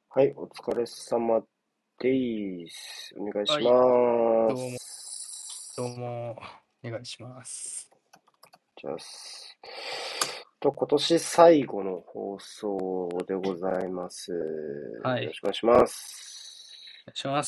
はい、お疲れ様です。お願いしはい、 まどうも、どうす。 も、お願いします。 じゃあ、今年最後の放送でございます。 はい、 よろしくお願いします。 お願いします。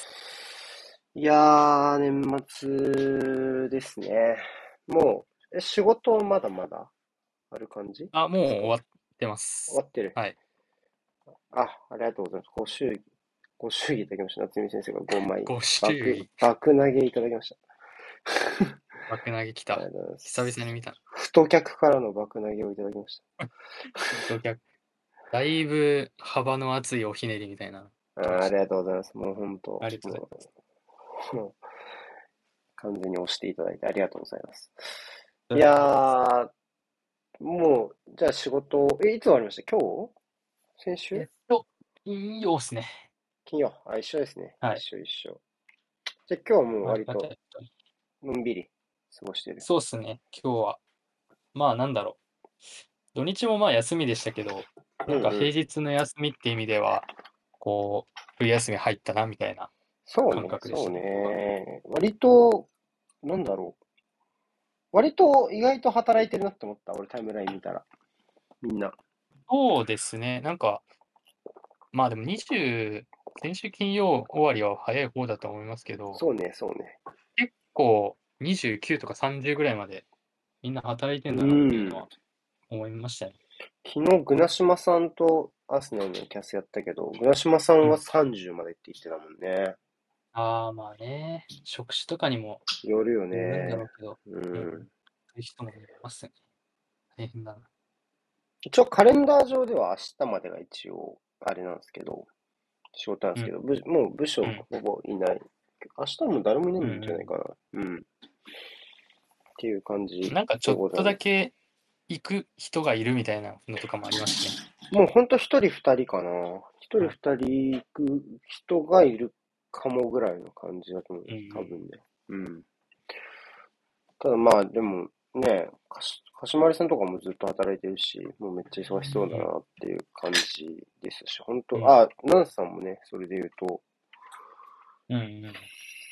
いやー、年末ですね。もう、仕事まだまだある感じであ、もうすか？ 終わってます。 終わってる。 はい。 ありがとうございます。ご祝儀いただきました。夏美先生が5枚、 ご祝儀、 爆投げいただきました。 爆投げ来た。 ありがとうございま久々 す。 に見た。 太客からの爆投げをいただきまし到着。だいぶ幅の厚いおひねりみたいな、 た。 来ましありがとうございます。もう本当、 た。ありがとうございもます。 もう完全に押していただいてありがとうございます。いありがとうございます。 やー、もう、じゃあ仕事、いつ終わりました？今日？先週？ えっと、金曜っすね。 金曜。一緒ですね。 はい。 一緒。じゃあ今日はもうあり割とがたいことに。 のんびり過ごしてる。 そうっすね、今日は。まあなんだろう。土日もまあ休みでしたけど、なんか平うんうん。 日の休みって意味では、こう、冬休み入ったな、みたいな感覚でしそうたね、僕は。 ね。割と、なんだろう。割と意外と働いてるなって思った。俺タイムライン見たら。みんな。 そうですね。なんか、まあでも先週金曜終わりは早い方だと思いますけど、 そうね。 結構29とか30ぐらいまでみんな働いてうんだなっていうのん。 は思いましたね。 昨日、グナシマさんとアーセナルのキャスやったけど、グナシマさんはうん。 30までって言ってたもんね。 ああ、まあね、職種とかにもよるよよるんだね。 ろうけど、 ううん。 ん。 そういう人もいますよね。大変だな。 一応カレンダー上では明日までが一応、あれなんですけど、仕事なんでうん。 すけど、もう部署うん。 ほぼいない。明日も誰もいないうん。 んじゃないかな。うん。っていう感じなんかちょっとでございます。 だけ行く人がいるみたいなのとかもありますしね。 もうほんと一人二人かな。一人はい。 二人行く人がいるかもぐらいの感じだと思う。 うん。 多分ね。うん。ただまあ、でもね、かしまりさんとかもずっと働いてるし、もうめっちゃ忙しそうだうん。 なっていう感じですし、本当うん。 ナンスさんもね、それで言うと、 うん。うん。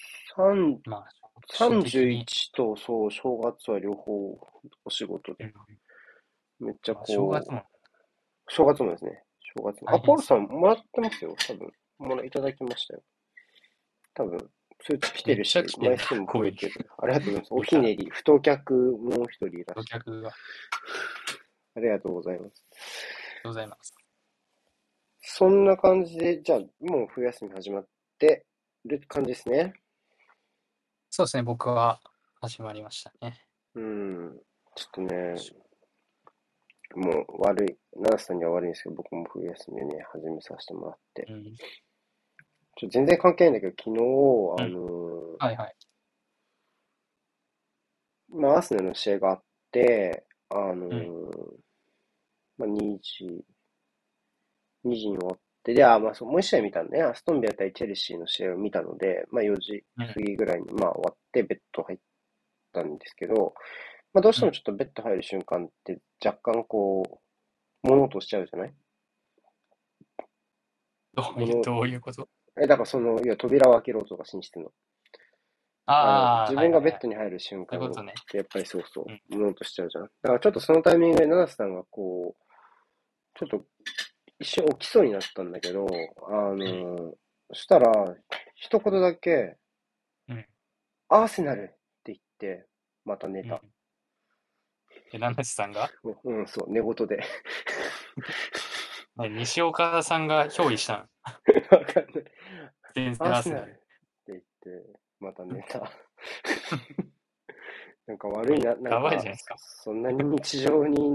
3、 まあ、職種的に、 31とそう、正月は両方お仕事で、 うん。 めっちゃまあ、正月も正月もですね、正月も。ポールさん大変ですね。 もらってますよ、多分。いただきましたよ。多分、スーツ着めってるし、 ちゃ来てんな、 枚数もこういう、 増えてる。ありがとうございます。お見たら、 ひねり、太客もう一人いらして。 お客が。ありがありがとうございます。 とうございます。 そんな感じで、じゃあ、もう冬休み始まってる感じですね。 そうですね、僕は始まりましたね。 うん。ちょっとね、もう悪い、ナースさんには悪いんですけど、僕も冬休みをね、始めさせてもらって。 うん。 全然関係ないんだけど、昨日、 うん。はいはい。 アーセナルの試合があって、 うん。 2時、2時に終わって、で、そう、もう一試合見たんで、アストンビア対チェルシーの試合を見たので、4時うん。 過ぎぐらいに、終わってベッド入ったんですけど、どうしうん。 てもちょっとベッド入る瞬間って若干物音しちゃうじゃない？物、 どういうこと？ だからいや、扉を開けろとか寝室の。 ああー、 自分がベッはいはいはい。 ドに入る瞬間っそういうことね。 てやっぱりそうそうん。 う、物音しちゃうじゃん。だからちょっとそのタイミングで七瀬さんがちょっと一瞬起きそうになったんだけど、 うん。 そしたら、一言だけ、 うん。 アーセナルって言って、また寝うん。 た。 ランナさんが、 うん、そう、寝言で。 西岡さんが憑依したん？ わかんない。 全アーセナルって然アーセナル。 言って、また寝た。なんか悪もういな、 やばいじゃないですか。 そんなに日常に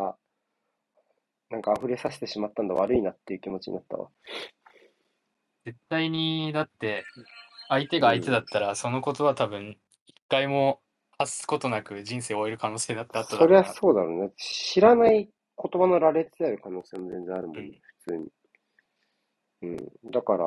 溢れさせてしまったんだ、悪いなっていう気持ちになったわ。 絶対に、だって、相手が相手だうん。 ったら、そのことは多分、一回も発すことなく人生を終える可能性だってあっただそりゃろうな。 そうだろうね。知らない言葉の羅列である可能性も全然あるもんね、 うん。 普通に。うん。だから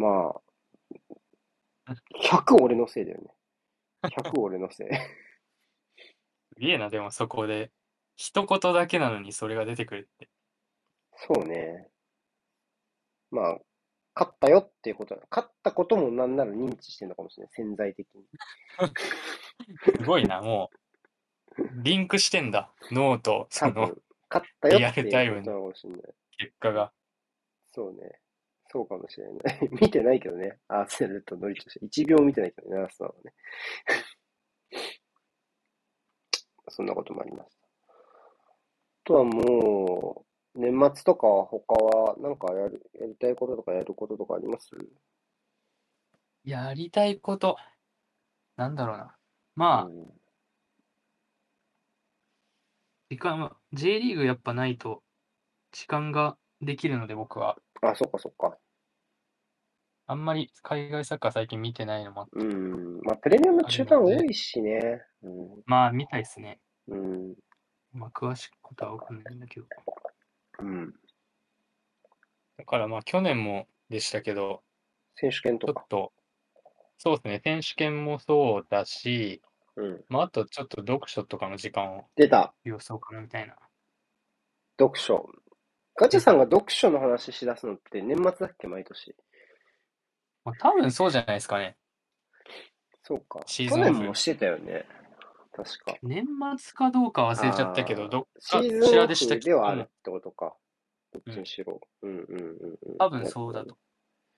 、100俺のせいだよね。100俺のせい。 すげえな、でもそこで、一言だけなのにそれが出てくるって。 そうね。 まあ、勝ったよっていうことは、勝ったこともなんなら認知してるのかもしれない。潜在的に。 すごいな、もう、リンクしてんだ。脳と、 多分、勝ったよリアっていうことルタイムのなのかもしれない。 結果が。 そうね。そうかもしれない。見てないけどね。アーセナルとノリとして。1秒見てないけどね、アーセナルはね。そんなこともあります。あとはもう、年末とか他は、なんかやりたいこととかやることとかあります？ やりたいこと、なんだろうな。まあ、 うん。 時間は、J リーグやっぱないと、時間ができるので僕は、 あ、そっかそっか。 あんまり海外サッカー最近見てないのもうん。まあ、プレミアムある中ので、 断多いしね。うん。 まあ、見たいですね。 うん。 まあ、詳しいことはわかんないんだけど。 うん。 だからまあ、去年もでしたけど、 選手権とか。 ちょっと、そうですね、選手権もそうだし、 うん。 まあ、あとちょっと読書とかの時間を出た。 利用そうかなみたいな。 読書。ガチャ出た。 さんが読書の話しだすのって年末だっけ、毎年。 まあ、多分そうじゃないですかね。 そうか。 シー去ズンオフ。 年もしてたよね。確か。 年末かどうか忘れちゃったけど、 ああ、 どっシかーズンオしらでしたフではあるっけども、 てことか。どっうん、 ちにしろ。うんうんうんうん。 多分なるほどね。 そうだと。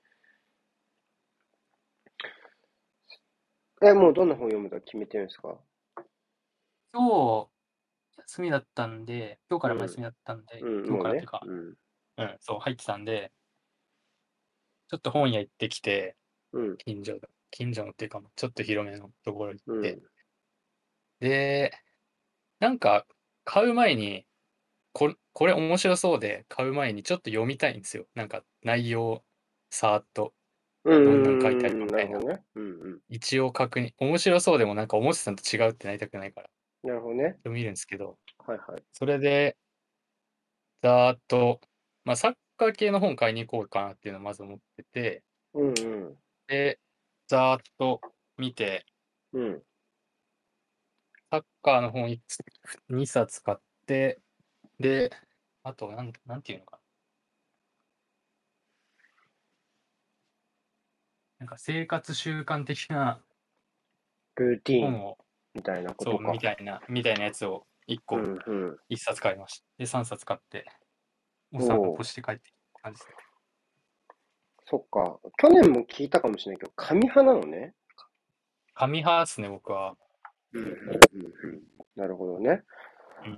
もうどんな本読むか決めてるんですか？ 今日、休みだったんで、今日からもうん。 休みだったんで、 うん、 今日もうね。 からっていうか、 うん。 うん、そう、入ってたんで、ちょっと本屋行ってきて、 うん。 近所のっていうか、ちょっと広めのところ行って、 うん。 で、なんか、買う前に、これ面白そうで、買う前にちょっと読みたいんですよ。なんか、内容、さーっと、 うどんなん書いてあるん。 かみたいな。 なるほどね。うんうん。 一応確認、面白そうでもなんか思ってたのと違うってなりたくないから、 なるほどね。 見るんですけど、 はいはい。 それで、ざーっと、まあ、サッカー系の本買いに行こうかなっていうのをまず思ってて、 うんうん。 で、ざーっと見て、 うん。 サッカーの本2冊買って、で、あと、なんていうのかな。なんか生活習慣的なルーティーン本を、 みたいなことそう、 か。 みたいなやつをうんうん。 1冊買いました。で、3冊買って、おお散歩お。 して帰ってきた感じですね。 そっか。去年も聞いたかもしれないけど、紙派なのね。 紙派ですね、僕は。 うんうんうんうん。なるほどね。 うん。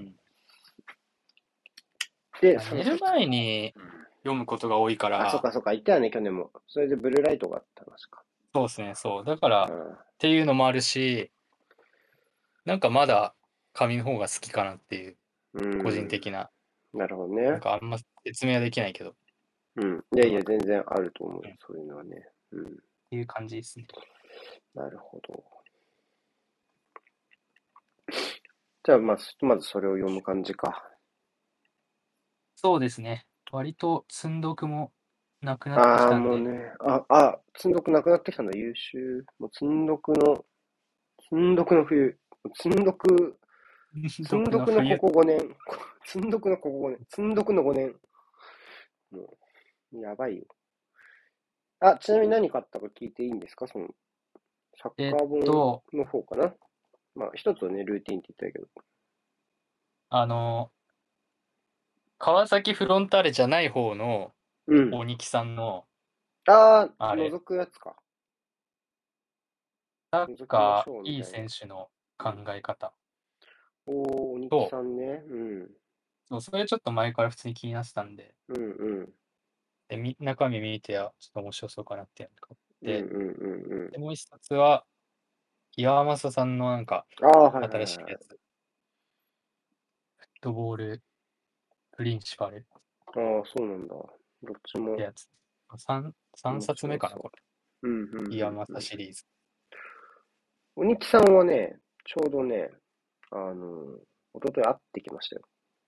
で、3 寝る冊。 前に読むことが多いかあ、そっら、 かそっか。言ったよね、去年も。それでブルーライトがあった話か。 そうですね、そう。だから、っあていうのもあるし、なんかまだ紙の方が好きかなっていう、 ーう個人ん。 的な、 なるほどなんね。 かあんま説明はできないけど、 うん。いやいや、 うまく、 全然あると思うよ。 うん、っそういうのはね。うん。 ていう感じですね。 なるほど。じゃあ、まずそれを読む感じか。 そうですね。割と積んどくもなくなってきああ、 たんで、 もうね。積んどくなくなってきたんだ。優秀。もう積んどくの冬。積んどく、 積んど積んどくのこくの冬、 こ5年。積んどくのここ5年。積んどくの5年。もう、やばいよ。ちなみに何買ったか聞いていいんですか？サッえっカー本と、 の方かな。一つはね、ルーティンって言ったけど。 あの、川崎フロンターレじゃない方のうん。 大木さんの、あれ、 覗くやつか。 サッ覗きましカょうーいいみたいな。 選手の考うん。 え方鬼木と、 さんね。うん。 そう、それちょっと前から普通に気になってたんで、 うんうん。 で、中身見て、ちょっと面白そうかなっていうのを買っうんうんて、 うんうん。 で、もう一冊は、岩政さんのなんか、 はいはい新しいはい。 やつ、フットボールプリンシパルっそうなんだ。どっちもてやつ。3 面冊目かな、 白そこれ。 う。うんうん岩うんうん。 政シリーズ。 鬼木さんはね、ちょうどね、一昨日会ってきましたよ。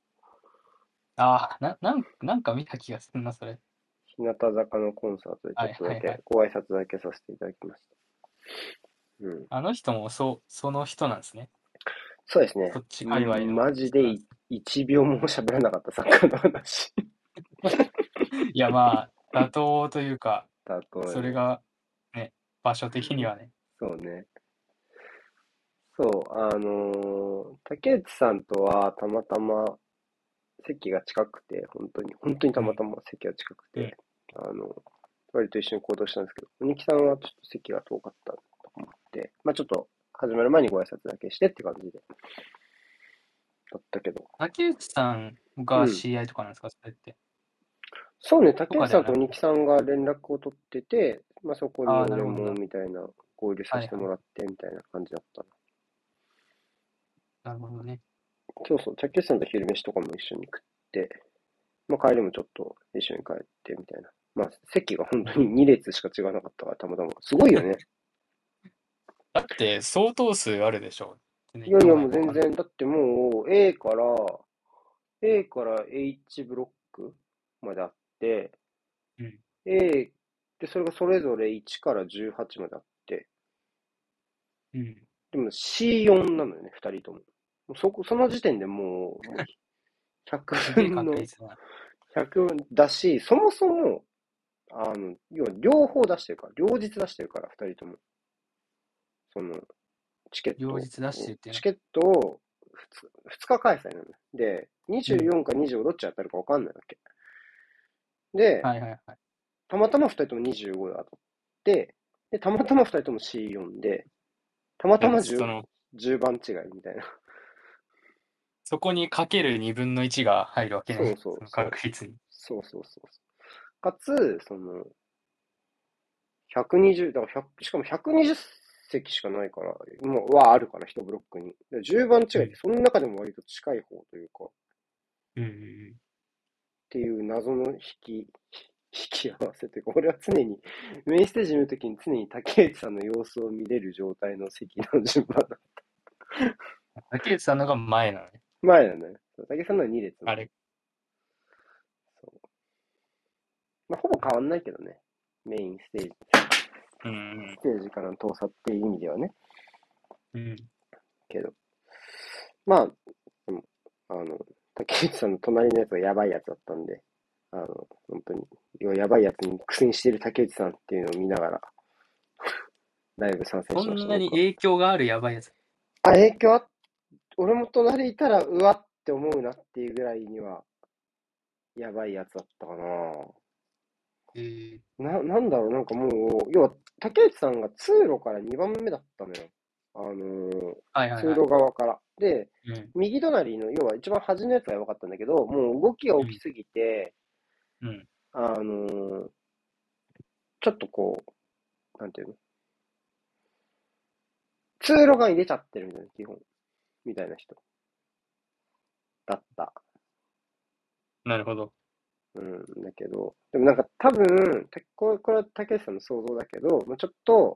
なんか見た気がするな、それ。 日向坂のコンサートでちはょっとだけいはいはい。 ご挨拶だけさせていただきました。うん。 あの人もその人なんですね。 そうですね。 そっち界隈のマジで人なんです。 1秒も喋らなかったサッカーの話。 いや、まあ、 妥当というか、 例えば。 それがね、場所的にはね。 そうね。そう、竹内さんとはたまたま席が近くて、本当にたうん、 またま席が近くうん。 て、割と一緒に行動したんですけど、鬼木さんはちょっと席が遠かったと思って、まあちょっと始まる前にご挨拶だけしてって感じで、だったけど。 竹内さんがうん。 知り合いとかなんですか、それって。 そうね、 と竹内さんとかではなくて。 鬼木さんが連絡を取ってて、まあそこにああ、なる俺ほどな。 もみたいな合流させてはいはい。 もらってみたいな感じだったな。 なるほどね。 そうそう、竹内さんと昼飯とかも一緒に食って、まあ帰りもちょっと一緒に帰ってみたいな。まあ席が本うん。 当に2列しか違わなかったからたまたま。すごいよね。 だって相当数あるでしょう。全然行ったこいやいやとないからわかんない。 もう全然、だってもう A から H ブロックまであって、 うん。 A で、それがそれぞれ1から18まであって、 うん。 でも C4 なのよね、2人とも。その時点でもう100 すげえ分の確率だな。 100分だし、そもそも、要は両方出してるから、両日出してるから、2人とも。その、 両日出してるっていうの。 チケットを2日開催なのよ。で、 うん。 24か25どっち当たるか分かんないわけ。で、 はいはいはい。 たまたま2人とも25で当たって、で、たまたま2人とも C4 で、たまたま10番違いみたいな。 そこにかける2分の1が入るわけね。 そうそそのうそう。 確率に。 そう。かつ、120、だから100、しかも120席しかないから、もう、あるから、1ブロックに。で10番違いって、 うん。 その中でも割と近い方というか、っうんうんていう謎の引き合わせというか、俺は常に、メインステージ見るときに常に竹内さんの様子を見れる状態の席の順番だ。 うん。竹内さんのが前なのね。 前なのよ。竹内さんのは2列なの。 あれ。 そう。まあ、ほぼ変わんないけどね。メインうんステージからの遠さっていう意味ではね。 うん。うん。 けど。まあ、でも、竹内さんの隣のやつがやばいやつだったんで、本当に、やばいやつに苦戦してる竹内さんっていうのを見ながら、ライブ参戦しました、 そんなに僕は。 影響があるやばいやつ。 影響俺も隣いたら、うわって思うなっていうぐらいには、やばいやつだったかな。 ええ。 なんだろう、なんかもう、要は、竹内さんが通路から2番目だったのよ。通路はいはいはい。 側から。で、 うん。 右隣の、要は一番端のやつがやばかったんだけど、もう動きがうん。 大きすぎて、 うん。 あの、ちょっとこう、なんていうの通路側に出ちゃってるみたいな、基本。みたいな人だった。 なるほど。 うん、だけど、でもなんか多分、これは竹内さんの想像だけど、ちょっと、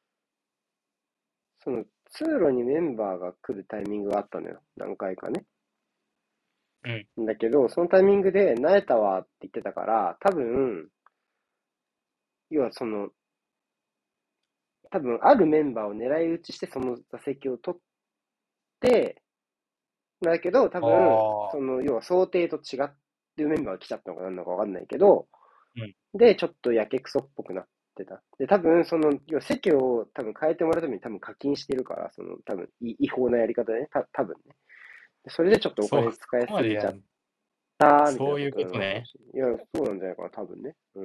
その通路にメンバーが来るタイミングがあったのよ。何回かね。 うん。 だけど、そのタイミングで、なえたわって言ってたから、多分、要は多分、あるメンバーを狙い撃ちして、その座席を取って、だけど、多分、 ああ。 要は想定と違ってメンバーが来ちゃったのかなんだかわかんないけど、 うん。 で、ちょっとやけくそっぽくなってた。で、多分、要は席を多分変えてもらうために多分課金してるから、多分、違法なやり方でね、多分ね。それでちょっとおそう、 金そ使いすぎちゃっこまでやる。 た、みたいなそういうことなことね。 のかもしれない。いや、そうなんじゃないかな、多分ね。うん。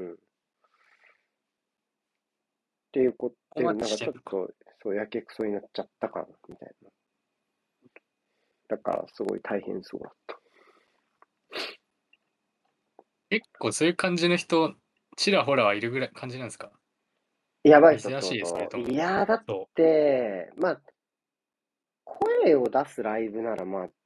っていうことで、 ここまでなんかしてんのか。 ちょっと、そう、やけくそになっちゃったかな、みたいな。だから、すごい大変そうだった。 結構そういう感じの人、ちらほらはいるぐらい感じなんですか？ やばい人って珍しいです、それこと？ とも。 いや、だっそて、まあ、声を出すライブなら、まあ、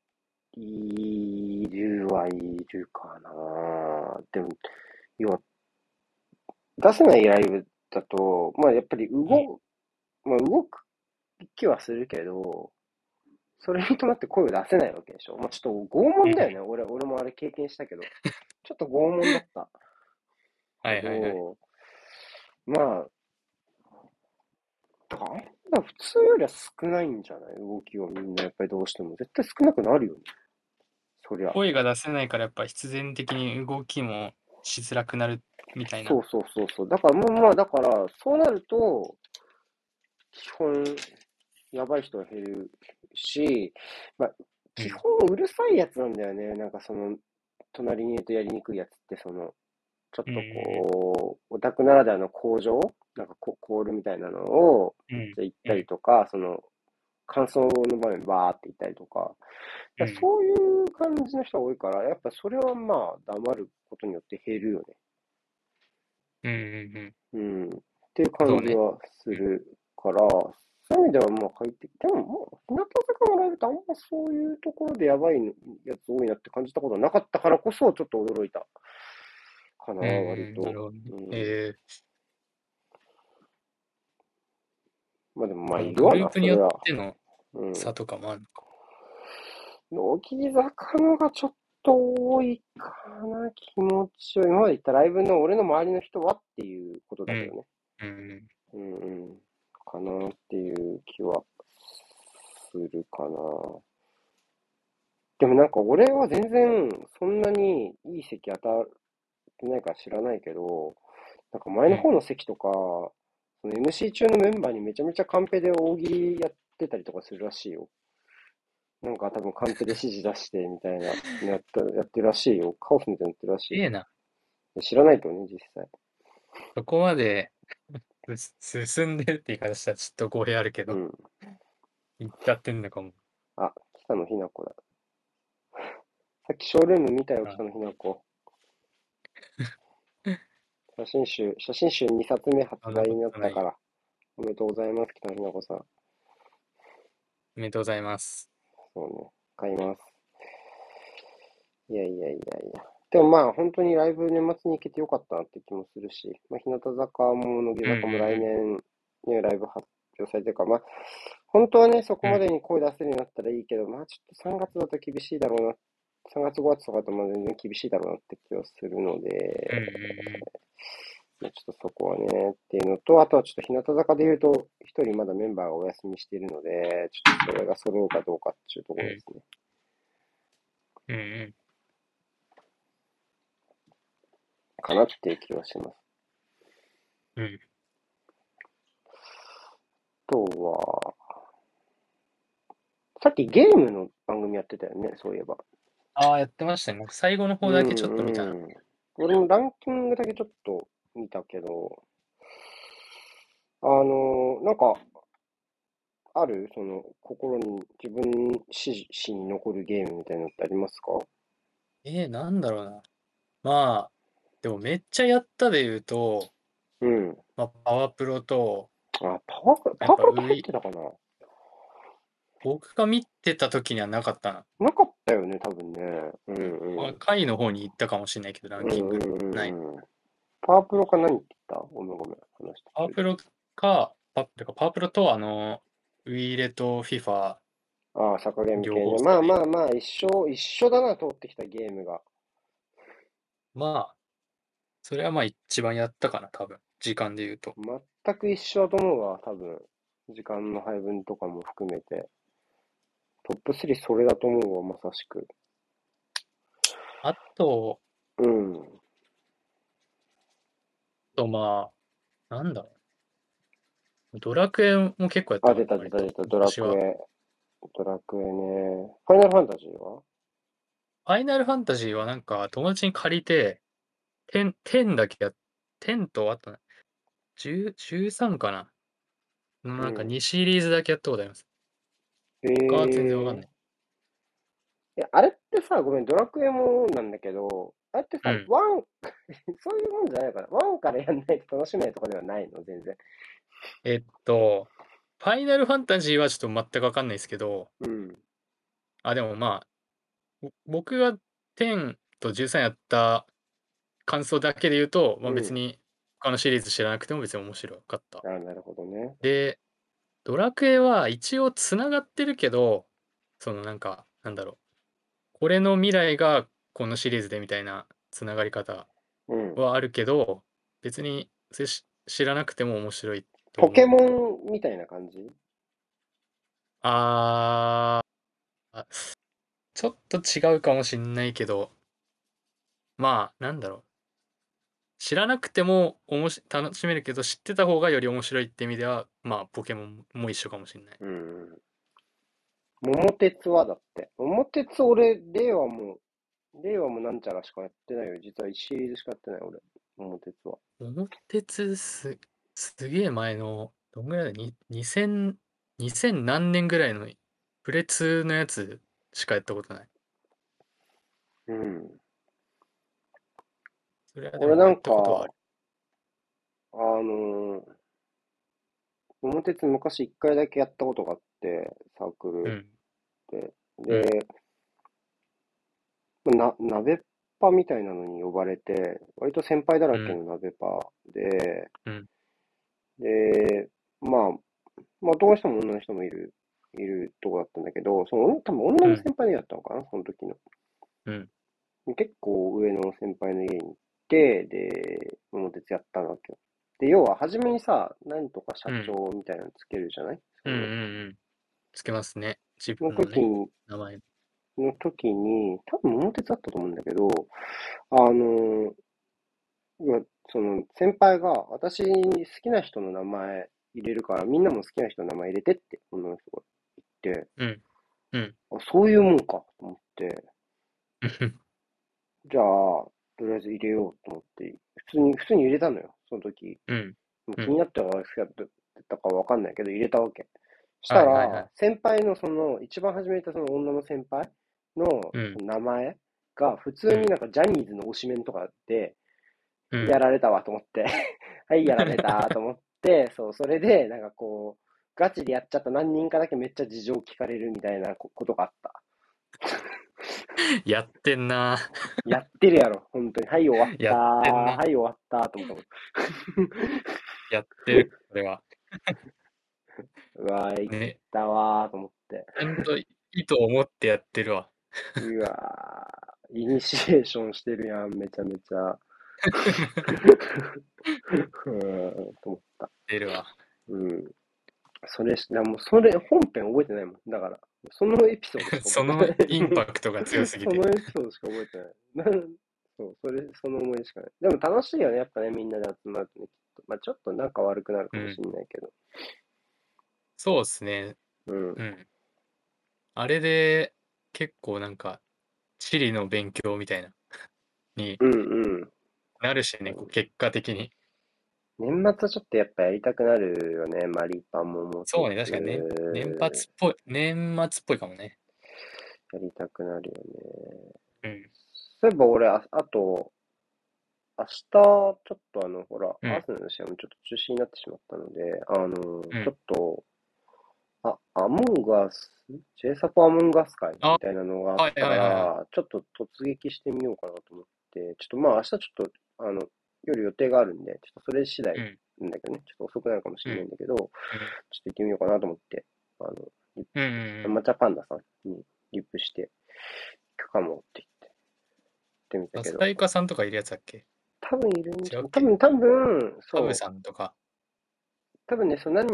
いるかな。でも、要は、出せないライブだと、まあ、やっぱりう。うん。 まあ、動く気はするけど、それに伴って声を出せないわけでしょ。まあ、ちょっと拷うん。 問だよね。俺もあれ経験したけど。ちょっと拷問だったけはいはいはい。 ど、まあ、普通よりは少ないんじゃない動きをみんなやっぱりどうしても。絶対少なくなるよね。そりゃ。 声が出せないからやっぱ必然的に動きもしづらくなるみたいな。 そうそうそうそう。だから、だから、そうなると、基本、やばい人は減るし、まあ、基うん。 本うるさいやつなんだよね。隣にいるとやりにくいやつって、ちょっうん。 とうオタクならではの工場コールみたいなのをん。うん。 言ったうん。 りとか、感想の場面バーって言ったりとか、 うん。 そういう感じの人が多いから、やっぱそれはまあ、黙ることによって減るよね。 うん。うん。 うん。っていうそうね。 感じはするから、そういう意味ではまあ入って、でももう、日向坂のライブってあんまそういうところでやばいやつ多いなって感じたことなかったからこそ、ちょっと驚いたかな、 うん。うん。な割と。 るほどね。 うん。まあでもまあいるわな、 グループによっそれは。 てのうん。 差とかもあるのか。 乃木坂のがちょっと多いかな、気持ちを。今まで言ったライブの俺の周りの人はっていうことうん。 だけどね。 うん。 うんうん。かなっていう気はするかな。でもなんか俺は全然そんなにいい席当たってないから知らないけど、なんか前うん。 の方の席とか、その MC 中のメンバーにめちゃめちゃカンペで大喜利やってたりとかするらしいよ。なんか多分カンペで指示出してみたいなやってるらしいよ。カオスみたいになってるらしいよ。 ええな。 知らないとね、実際。 そこまで進んでるって言い方したらちょっと語弊あるけど、 うん。 言っちゃってんのかも。 あ、北野日な子だ。さっきショールーム見たよ、 あ、 北野日な子。写真集2冊目発そんなこ売になっとないよ。 たから。おめでとうございます、北野日な子さん。 おめでとうございます。 そうね。買います。いやいやいやいや。でもまあ、本当にライブ年末に行けてよかったなって気もするし、まあ、日向坂も乃木うん。う坂も来ん。 年ね、ライブ発表されてるから、まあ、本当はね、そこうん。うん。 までに声出せるようになったらいいけど、まあ、ちょっと3月だと厳しいだろうな。3月5月とかだとまあ全然厳しいだろうなって気はするのうん。うで、 ん。 まあちょっとそこはね、っていうのと、あとはちょっと日向坂で言うと、一人まだメンバーがお休みしているので、ちょっとそれが揃うかどうかっていうとこうん。 ろですね。 うん。うん。 かなっていう気はします。 うん。 あとは、さっきゲームの番組やってたよね、そういえば。 ああ、やってましたね。なんか最後のう方だけちょっと見たな。 んうん。俺もランキングだけちょっと見たけど、なんか、ある心に、自分史に残るゲームみたいなのってありますか？ なんだろうな。まあ、でもめっちゃやったで言うと、 うん。 まあ、パワープロと、 あ、 やっパワープロって入っぱてたかな？ 僕が見てた時にはなかったな。 なかったよね、多分ね。うんうん。まあ、 うん。 下位の方に行ったかもしれないけど、ランうんうんキング。ない。 うんうん。パワープロか何って言った？ごめんごめん。話途中で。 パワープロてかパワープロとウィーレと FIFA ああ、サッカーゲーム両系ね。まあ方っすかね。 まあまあ、一緒だな、通ってきたゲームが。 まあ、それはまあ一番やったかな、多分。時間で言うと。 全く一緒だと思うわ、多分。時間の配分とかも含めて。トップ3それだと思うわ、まさしく。 あと、 うん。 まあ、なんだろう。ドラクエも結構やったあ、 かな、 出た出割と。 た出た、ドラ昔は。 クエ。ドラクエね。ファイナルファンタジーは？ ファイナルファンタジーはなんか友達に借りて、10だけ10とあと10、13かなのなんかうん。 2シリーズだけやったことあります。他は全然わかんない。 あれってさ、ごめん、ドラクエもなんだけど、あれってさ、 うん。 ワン、そういうもんじゃないのかな。ワンからやんないと楽しめないとかではないの、全然。 ファイナルファンタジーはちょっと全くわかんないですけど、 うん。 でもまあ、僕が10と13やった感想だけで言うと、まあうん。 別に他のシリーズ知らなくても別に面白かった。 あ、なるほどね。 で、ドラクエは一応つながってるけど、そのなんか、なんだろう。これの未来がこのシリーズでみたいなつながり方うん。 はあるけど、別にそれ知らなくても面白いとポケモ思う。 ンみたいな感じ？ あちょっと違うかもしんないけど、まあ、なんだろう。 知らなくても楽しめるけど、知ってた方がより面白いって意味では、まあ、ポケモンも一緒かもしれない。 うん。桃鉄はだって。桃鉄俺、令和もなんちゃらしかやってないよ。実は1シリーズしかやってない俺。桃鉄は。 桃鉄すげえ前の、どんぐらいだ、2000、2000何年ぐらいのプレ2のやつしかやったことない。 うん。 それはで俺なんもやったことはあか、 る。 の桃鉄昔1回だけやったことがあって、サークルうん。 で。 うん。 で、鍋っぱみたいなのに呼ばれて、割と先輩だらけうん。 の鍋パで、 うん。 で、まあ、男の人も女の人もいるとこだったんだけど、多分女うん。 の先輩の家だったのかな、その時の。 うん。 結構上の先輩の家に行って、で、桃鉄やったわけよ。で、要は初めにさ、なんとか社うん。 長みたいなのつけるじゃない？ うん。うん。つけますね。自の分のね、 時に、 名前。 多分桃鉄だったと思うんだけど、あの、要は先輩が私に好きな人の名前入れるから、みんなも好きな人の名前入れてって女の人が言って、 うん。うん。 あ、そういうもんかと思って、 うん。 じゃあ、とりあえず入れようと思って、普通に入れたのよ、その時。 うん。 もううん。 気になって好きだったかわかんないけど、入れたわけ。したら、 はいはいはい。 先輩の一番初めにいたその女の先輩のうん。 その名前が、普通うん。 になんかジャニーズの推しメンとかで、 うん。 やられたわと思って。はい、やられたと思って、そう、それで、なんかこう、ガチでやっちゃった何人かだけめっちゃ事情聞かれるみたいなことがあった。 やってんな。 やってるやろ、本当に。はい、終わったー。 やってんな。 はい、終わったーと思ったもん。 やってる、これは。 うわー、生きね。 ったわーと思って。 ちゃんと意図を持ってやってるわ。 うわー、イニシエーションしてるやん、めちゃめちゃ。と思った。 出るわ。 うん。もうそれ、本編覚えてないもん。だから、そのエピソードしか覚そのえてない。 インパクトが強すぎて。 そのエピソードしか覚えてない。そう、その思い出しかない。でも楽しいよね、やっぱね、みんなで集まるとね、きっと。まあちょっと仲悪くなるかもしうん。 れないけど。 そうっすね。 うん。 うん。あれで、結構なんか、地理の勉強みたいな、にうんうん。 なるしね、こう結果的に。 年末はちょっとやっぱやりたくなるよね、マリパも桃鉄。 そうね、確かにね、年末っぽいかもね。 やりたくなるよね。 うん。 そういえば俺、明日、ちょっとほら、 うん。 アーセナルの試合もちょっと中止になってしまったので、ちょうん。 っと、アモンガス、J サポアモンガス会あ、 みたいなのがあっはいたはいはいはい。 ら、ちょっと突撃してみようかなと思って、ちょっとまあ明日ちょっと、夜予定があるんで、ちょっとそれ次第うん。 なんだけどね、ちょっと遅くなるかもしうん。 れないんだけど、ちょっうん。 と行ってみようかなと思って、あの、リうん。 マチャパンダさんにリップして行くかもって言ってみたバスけど、 タイカさんとかいるやつだっけ？ 多分いるんじゃない？ 違うっけ？ 多分、 ハブそう、 さんとか。 多分ね、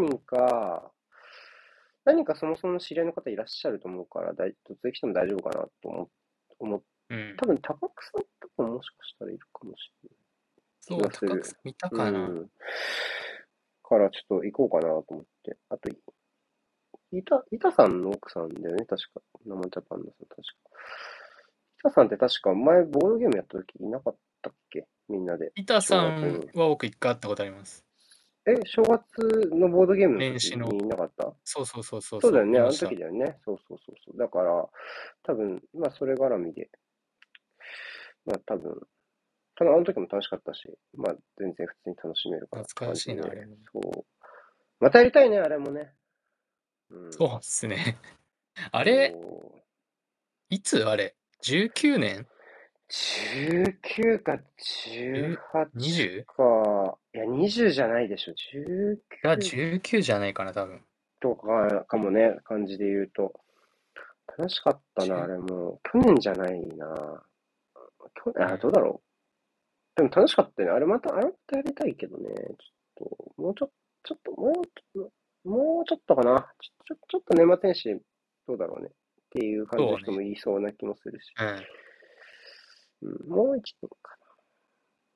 何人かそもそも知り合いの方いらっしゃると思うから、突撃しても大丈夫かなと思っうん。 多分、高久さんとかもしかしたらいるかもしれない気そう、 がする。 高草見たうかな。 ん。からちょっと行こうかなと思って。あと、板さんの奥さんだよね、確か。生ジャパンのさん、確か。板さんって確か前ボードゲームやった時いなかったっけ？みんなで。 板正さん月に。 は僕一回会ったことあります。 正月のボードゲームの時年始の。 にいなかった？ そうそうそうそうそう、 そうだよね、あのいました。 時だよね。そうそうそうそう。だから、多分、まあ、それ絡みで、まあ、ただあの時も楽しかったし、まあ、全然普通に楽しめるかなって懐かしいな、 感じで、 あれも。 そう。またやりたいね、あれもね。うん。 そうっすね。あれ、 そう。 いつあれ？ 19 年？ 19か 10？ 18 20？ か、いや、20じゃないでしょ。 が 19 19じゃないかな、多分。 とかかもね、感じで言うと。楽しかったな、あ 10。 れも。去年じゃないな。どううん。 だろう。でも楽しかったよね。あれまたやりたいけどね。ちょっと、ちょっと、もうちょっとかな。ちょっと年末年始、どうだろうね。っていう感じのそうね。 人もいそうな気もするし。 うん。 うん、もう一年か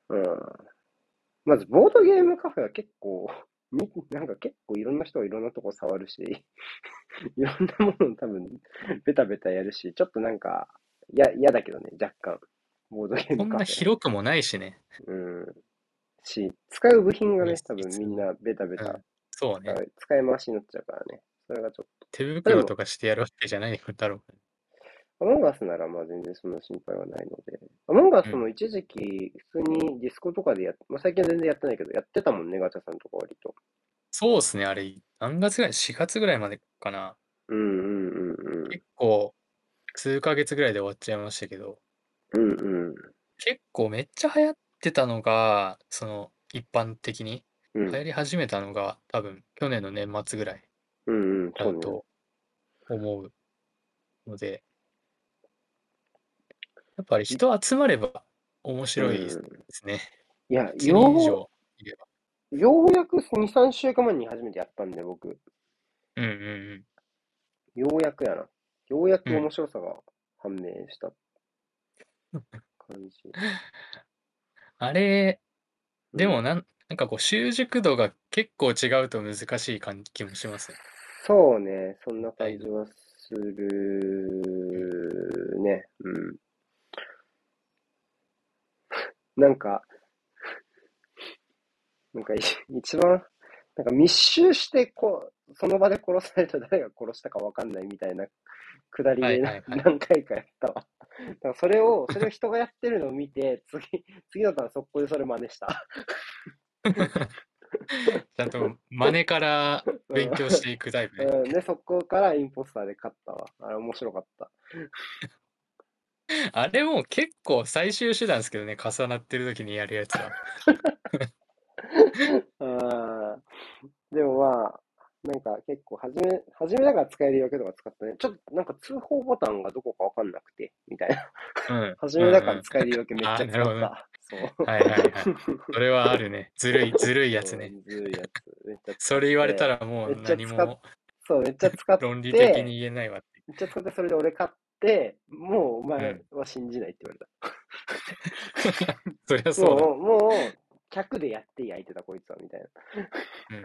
うん。まず、ボードゲームカフェは結構、なんか結構いろんな人がいろんなとこ触るし、いろんなものを多分、ベタベタやるし、ちょっとなんか、嫌だけどね、若干。ボードゲーそんなムカフェ。 広くもないしね。 うん。使う部品がね、 密多分みん室。 なベタベタうん。そうね。 使い回しになっちゃうからね。それがちょっ手と。でも、 袋とかしてやるわけじゃないだろアモンガスならまあ全然そんな心配はないので。アモンガう。うん。 スも一時期普通にディスコとかでまあ、最近は全然やってないけど、やってたもんね、ガチャさんとか割と。 そうっすね。あれ、何月ぐらい？ 4 月ぐらいまでかな。 うんうんうん結構、数ヶ月ぐらいで終わっちゃいましたけど、 うん。うん結構めっちゃ流行ってたのが、一般的にうん。 流行り始めたのが、多分、去年の年末ぐらいうんうん。そうね。 だと思うので、やっぱり人集まれば面う白いでん。 すね。 いや、 1人以上いれば。 ようやく2、3週間前に初めてやったんで、僕。 うんうんようやくやな。ようやうん。うん。 く面白さが判明した感じ。 あれ、 うん。 でもなんかこう習熟度が結構違うと難しい気もしますね。 そうね、そんなみたいな。 感じはすうん。 るね。うん。なんか、一番、なんか密集してその場で殺された誰が殺したかわかんないみたいなくだりはいではいはい。 何回かやったわ。だからそれを人がやってるのを見て、次のターン速攻でそれ真似した。 ちゃんと真似からうん。 勉強していくタイプね。 うん。で、そこからインポスターで勝ったわ。あれ面白かった。 あれも結構最終手段ですけどね、重なってる時にやるやつは。 あでもまあ、なんか結構初めだから使える役とか使ったね。ちょっとなんか通報ボタンがどこかわかんなくて、みたいな。 うん、 初めだからうんうん。 使えるわけめっちああ、 ゃなるほどね。 使った。そう。 はいはいはい。それはあるね。ずるいやつね。 うん、ずるいやつ。めっちゃ使っそれ言われたて、 らもうめっちゃ使っ、 何もそう、めっちゃ使っ論理的て、 に言えないわって。 めっちゃ使って、それで俺買って、もうお前うん。 は信じないって言われた。 そりゃそうだ。 もう、100でやっていい相手だ、こいつは、みたいな。 うん。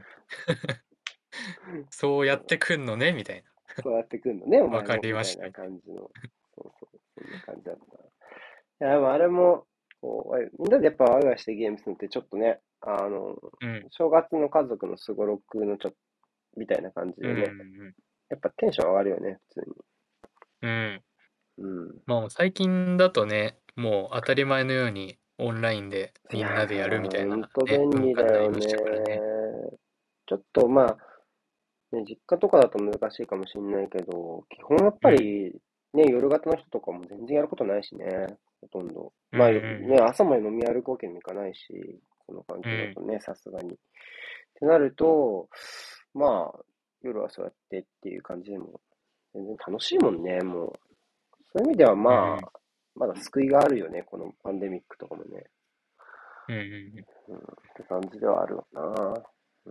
そうやってくんのね、みたいな。 そうやってくんのね、おわか前も、みたいなりました、みたい感じの。そうそう、そんな感じだった。いや、でもあれも、みんなでやっぱワイワイしてゲームするのってちょっとね、 な。うん。 正月の家族のすごろくのみたいな感じうん、 でね、 うん、 やっぱテンション上がるよね、普通に。 うん。うん。 うん。 もう最近だとね、もう当たり前のようにオンラインでいやみんなでやるみたいー、ほんなね、 と便利文化だよね。 になりましたからね。 ちょっとまあ、ね、実家とかだと難しいかもしれないけど、基本やっうん。 ぱり、ね、夜型の人とかも全然やることないしね、ほとんど。 うん、うまあ、ね、 ん、 朝まで飲み歩くわけにもいかないし、この環うん。うん。 境だとね、さすがに。ってなると、まあ、夜はそうやってっていう感じでも、全然楽しいもんね、もう。そういう意味ではうん。 まあ、まだ救いがあるよね、このパンデミックとかもね。 うん、うん。 うん、って感じではあるわな。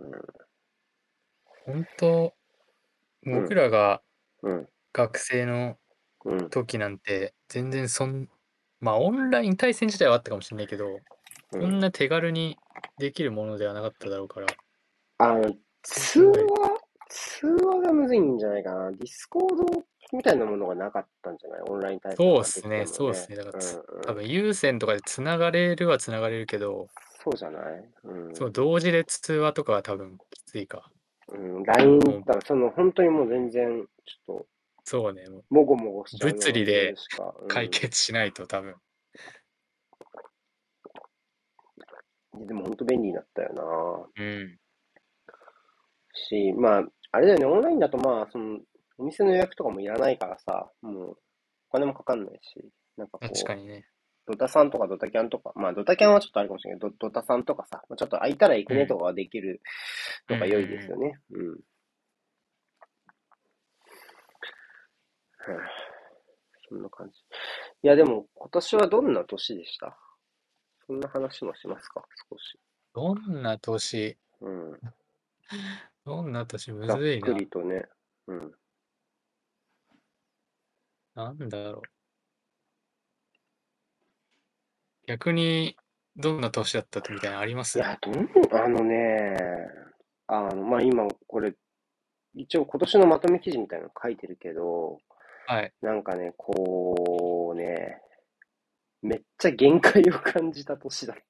本当、 うん、 僕らがうん、 学生のうん、 時なんて、全然まあオンライン対戦自体はあったかもしれないけど、 うん。 こんな手軽にできるものではなかっただろうから、 あの、通すごい。 話通話がむずいんじゃないかな。ディスコードみたいなものがなかったんじゃない？オンライン対戦はできてもね。 だからうんうん。 多分有線とかで繋がれるは繋がれるけど、 そうじゃない？うん。 同時で通話とかは多分きついか。 うん。LINE もう、 だ、本当にもう全然、ちょっと、 そうね、もうもごもごしちゃうようなレベル物理でしか。う解決しないと多分。 ん。でも本当便利になったよな。 うん。 まあ、あれだよね、オンラインだとまあ、お店の予約とかもいらないからさ、もう、お金もかかんないし、なんかこう、 確かにね。 ドタさんとかドタキャンとか、まあドタキャンはちょっとあるかもしれないけど、ドタさんとかさ、まあちょっと空いたら行くうん。 ねとかはできるうんうんのが良いですうん。 よね。うん。はあ、そんな感じ。いやでも今年はどんな年でした？そんな話もしますか、少し。 どんな年、 うん。 どんな年むざっくずいな。 りとね。うん。 なんだろう。逆に、 どんな年だったみたいなのあります？ いや、あのね、まあ、今、これ、一応今年のまとめ記事みたいなの書いてるけど、 はい。 なんかね、こうね、めっちゃ限界を感じた年だった。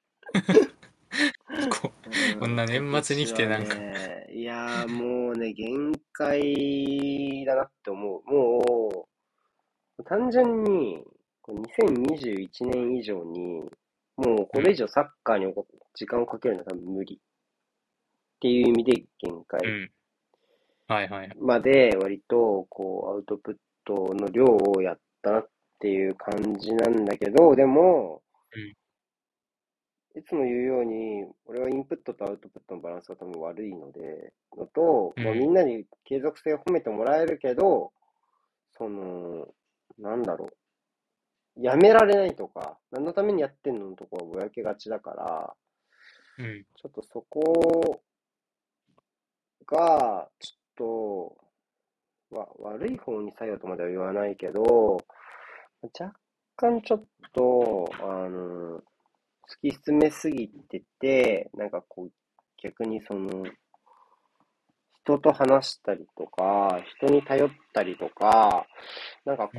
こうこんな今年末に来て年はなんか、 ね、いやーもうね、限界だなって思う。もう、単純に、こう2021年以上に、もううん、 これ以上サッカーに時間をかけるのは多分無理っていう意味で限界うん。はいはいはい。 まで割とこうアウトプットの量をやったなっていう感じなんだけど、でも、 うん、 いつも言うように、俺はインプットとアウトプットのバランスが多分悪いのと、まあ、みうん、 んなに継続性を褒めてもらえるけど、なんだろやめられないとか、何のためにやってんののところはぼやけがちだから、 うん、 ちょっとそこが、ちょっと、悪い方に作用とまでは言わないけど、若干ちょっと、突き詰めすぎてて、なんかこう、逆に人と話したりとか、人に頼ったりとか、なんかうん、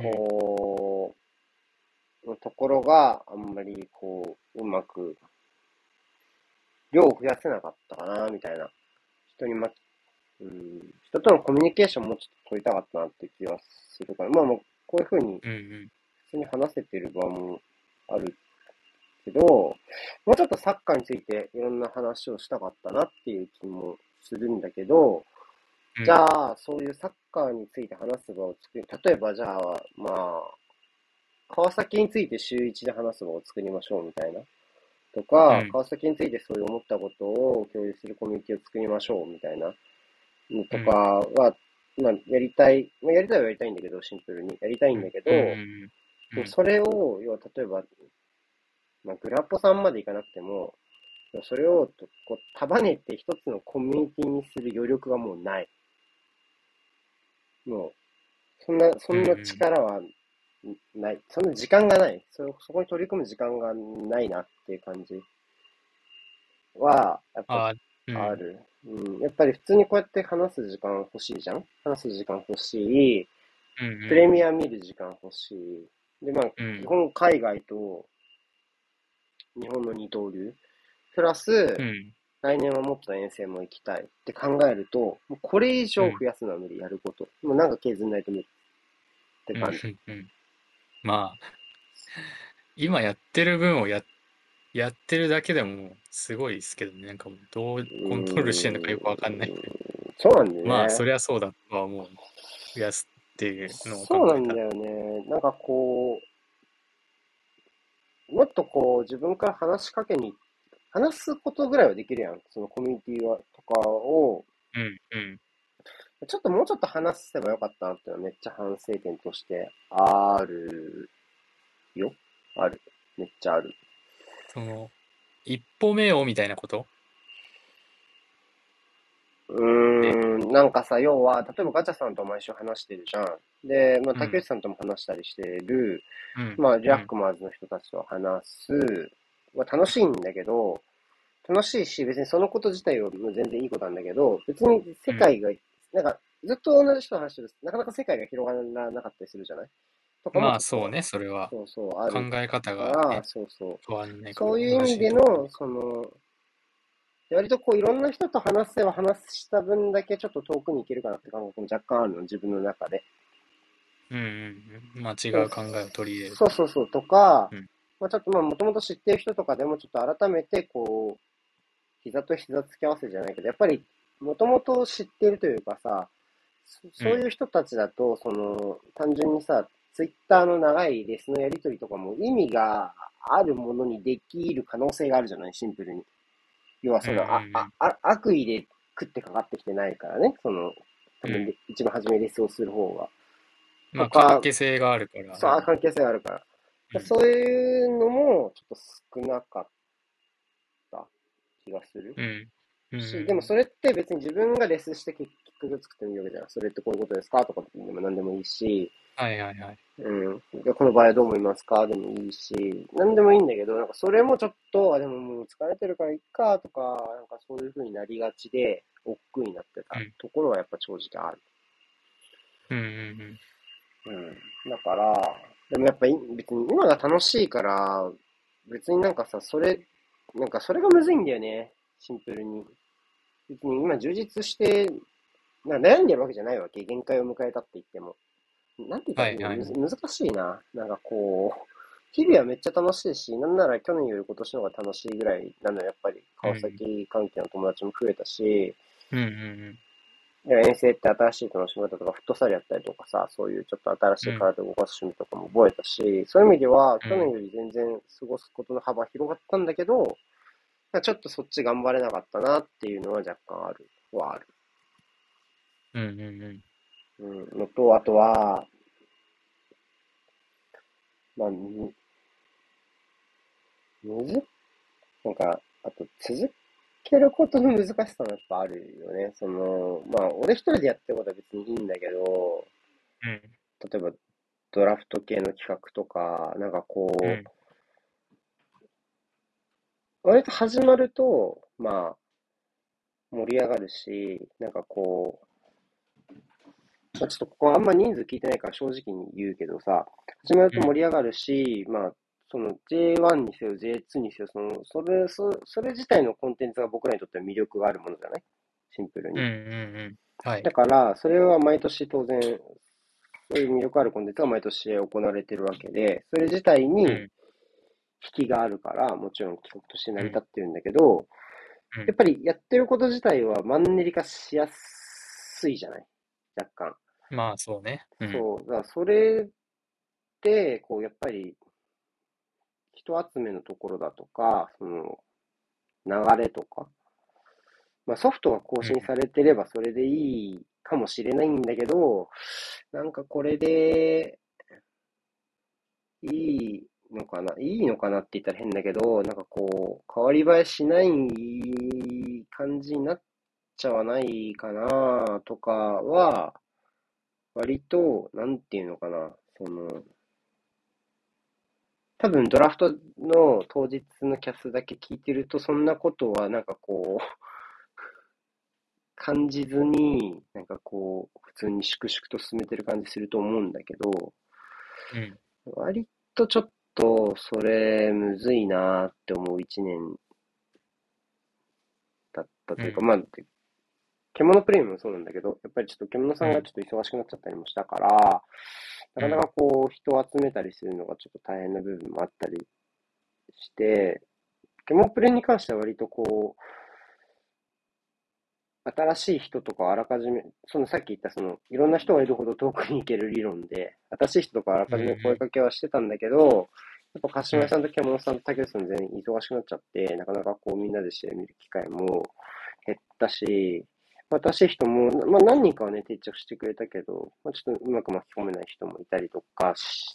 のところがあんまりうまく量を増やせなかったかな、みたいな。人にま、うん、人とのコミュニケーションもちょっと取りたかったなって気がするから、まあまあ、こういうふうにうん、うん。 普通に話せてる場もあるけど、もうちょっとサッカーについていろんな話をしたかったなっていう気もするんだけど、じゃあ、そういうサッカーについて話す場を作り、例えばじゃあ、まあ、川崎について週一で話す場を作りましょうみたいな。とか、 うん、 川崎についてそういう思ったことを共有するコミュニティを作りましょうみたいなのとかうん、 は、まあ、やりたい。まあ、やりたいはやりたいんだけど、シンプルに。やりたいうん、 んだけど、 うん、うん、 それを、要は例えば、まあ、グラポさんまでいかなくても、それを束ねて一つのコミュニティにする余力がもうない。もう、そんなうん。 力はない。そんな時間がない。そこに取り組む時間がないなっていう感じは、やっあ、うぱあん、 る。うん。やっぱり普通にこうやって話す時間欲しいじゃん。話す時間欲しい。 うん、 プレミア見る時間欲しい。で、まあ、 うん、うん、 基本海外と日本の二刀流。プラス、 うん、 来年はもっと遠征も行きたいって考えると、もうこれ以上増やすのは無理、やること。もうなんか削んないと無理ってうん、 感じ。 うん。まあ、今やってる分をやってるだけでもすごいですけどね。なんかもうどううコントロールしてんのかーん。 よくわかんないんで。 そうなんだまあ、 よね。 そりゃそうだとは思う。増やすっていうのを考えたら。 そうなんだよね。なんかもっと自分から話しかけに、話すことぐらいはできるやん。そのコミュニティは、とかを、 うん、うん。 もうちょっと話せばよかったなっていうのはめっちゃ反省点としてあるよ。ある。めっちゃある。 その、一歩目をみたいなことで、 なんかさ、要は、例えばガチャさんと毎週話してるじゃん。で、まあ、 うん、 竹内さんとも話したりしてる、 うん、 まあ、ジうん、 ャックマーズの人たちと話す、まあ、楽しいんだけど、楽しいし、別にそのこと自体は全然いいことなんだけど、別にうん。 世界が、なんか、ずっと同じ人と話してると、なかなか世界が広がらなかったりするじゃないとかもまあちょっと、 そうね、それは。 そうそう、あ考るえ方から、 がね、 そうそう。 変わんないからそういう意難しい味での、 ところ。 割といろんな人と話せば話した分だけちょっと遠くに行けるかなって感覚も若干あるの、自分の中で。 うんうんうん。まあ違でう考えを取り入れると。 そうそうそう、とか、 うん。 まあちょっともともと知ってる人とかでもちょっと改めて膝と膝つき合わせじゃないけど、やっぱりもともと知ってるというかさ、そういうん。 う人たちだと、単純にさ、ツイッターの長いレスのやりとりとかも意味があるものにできる可能性があるじゃない、シンプルに。要はうんうん悪意で食ってかかってきてないからね、多うん。うん。 分一番初めレスをする方が。 まあ関とか、 係性があるから。 そう、 うん。 関係性があるから。 うん。 そういうのも、ちょっと少なかった気がする。 うん。 うんうし、でもん。 それって別に自分がレスして結局作ってもいいわけじゃん。それってこういうことですかとかでも何でもいいし、 はいはいはい。 うん。で、この場合はどう思いますかでもいいし、何でもいいんだけど、なんかそれもちょっと、でももう疲れてるからいっかとか、なんかそういう風になりがちで、億劫になってたうん。 ところはやっぱ正直ある。 うんうんうん。 うん。だから、でもやっぱ別に今が楽しいから、別になんかさ、なんかそれがむずいんだよね。シンプルに。別に今充実して、なんか悩んでるわけじゃないわけ。限界を迎えたって言っても。なんて言ったはらいいのいはいはい。 難しいな。なんかこう、日々はめっちゃ楽しいし、なんなら去年より今年の方が楽しいぐらいなのやっぱり川うん。 崎関係の友達も増えたし、 うんうん遠征って新しい楽しみ方とか、フットサルやったりとかさ、そういうちょっと新しうん。うん。 い体を動かす趣味とかも覚えたし、そういう意味では、 うん。 去年より全然過ごすことの幅広がったんだけど、ちょっとそっち頑張れなかったなっていうのは若干ある。 うんうんうん。 うん、のと、あとは、まあ、むずなんか、あと続けることの難しさもやっぱあるよね。まあ、俺一人でやってることは別にいいんだけど、 うん。 例えばドラフト系の企画とか、なんかこう、 うん。 割と始まると、まあ、盛り上がるし、なんかこまあ、ちょっとここあんま人数聞いてないから正直に言うけどさ、始まると盛うん。 り上がるし、まあ、その J1 にせよ J2 にせよ、それ自体のコンテンツが僕らにとっては魅力があるものじゃないシンプルに。 うんうんうん。はい。 だから、それは毎年当然、そういう魅力あるコンテンツが毎年行われてるわけで、それ自体にうん。 引きがあるから、もちろん企画として成うん。 り立ってるんだけど、 うん。 やっぱりやってること自体はマンネリ化しやすいじゃない若干。 まあそうね。うん。 そう。だからそれって、こう、やっぱり人集めのところだとか、その流れとか、まあソフトが更うん。 新されてればそれでいいかもしれないんだけど、なんかこれでいいのかなって言ったら変だけど、なんかこう、変わり映えしない感じになっちゃわないかなとかは、割と、なんていうのかな、多分ドラフトの当日のキャスだけ聞いてると、そんなことはなんかこう、感じずに、なんかこう、普通に粛々と進めてる感じすると思うんだけど、 うん。 割とちょっと、それ、むずいなって思う一年だったというか、 うん。 まあ、獣プレイもそうなんだけど、やっぱりちょっと獣さうん。 んがちょっと忙しくなっちゃったりもしたから、なうん。 かなかこう、人を集めたりするのがちょっと大変な部分もあったりして、獣プレイに関しては割とこう、新しい人とかあらかじめ、そのさっき言ったいろんな人がいるほど遠くに行ける理論で、新しい人とかあらうん。 かじめ声うん。 かけはしてたんだけど、やっぱ柏井うん。 さんと獣さんと竹内さん全員忙しくなっちゃって、なかなかこうみんなで試合見る機会も減ったし、新しい人も、まあ何人かはね、定着してくれたけど、まあ、ちょっとうまく巻き込めない人もいたりとかして、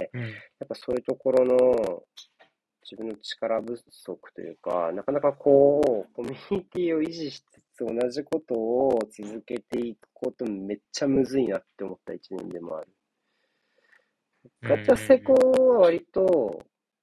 うん。 やっぱそういうところの自分の力不足というか、なかなかこう、コミュニティを維持しつつ同じことを続けていくことめっちゃむずいなって思った一年でもある。 うん。 ガチャセコうん。 は割と、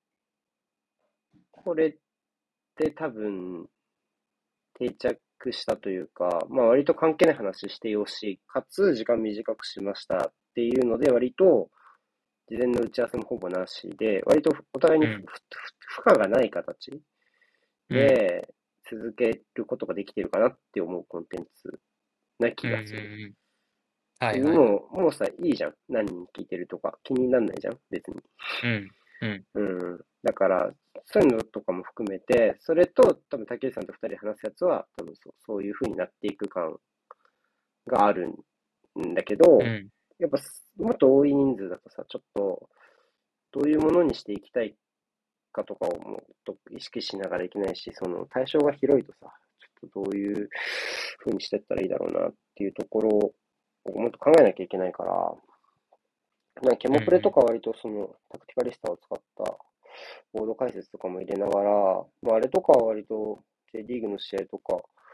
これって多分定着したというか、まあ割と関係ない話してよし、かつ時間短くしましたっていうので割と事前の打ち合わせもほぼなしで、割とお互いにうん。 負荷がない形うん。 で、続けることができてるかなって思うコンテンツな気うん。うがする。 ん。はいはいはい。 もうさ、いいじゃん。何人聞いてるとか。気になんないじゃん。別に。 うん。うん。 うん。だから、そういうのとかも含めて、それと、多分竹内さんと二人で話すやつは、多分そういう風になっていく感があるんだけど、 うん。 やっぱ、もっと多い人数だとさ、ちょっと、どういうものにしていきたいかとかをもっと意識しながらいけないし、その対象が広いとさ、ちょっとどういう風にしていったらいいだろうなっていうところをもっと考えなきゃいけないから、ケうん。 モプレとうん。 か割とタクティカリスタを使ったボード解説とかも入れながら、まあ、あれとかは割と J リーグの試合とか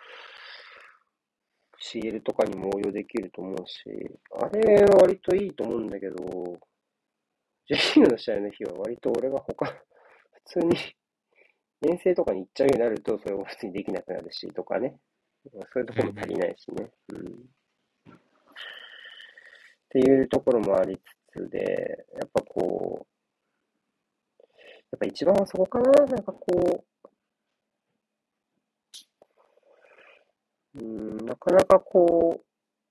CL とかにも応用できると思うし、あれは割といいと思うんだけど、J リーグの試合の日は割と俺が普通に遠征とかに行っちゃうようになると、それも普通にできなくなるし、とかね。そういうとうん、 ころも足りないしね。うん。っていうところもありつつで、やっぱこう、やっぱ一番はそこかな。なんかこう、なかなかこう、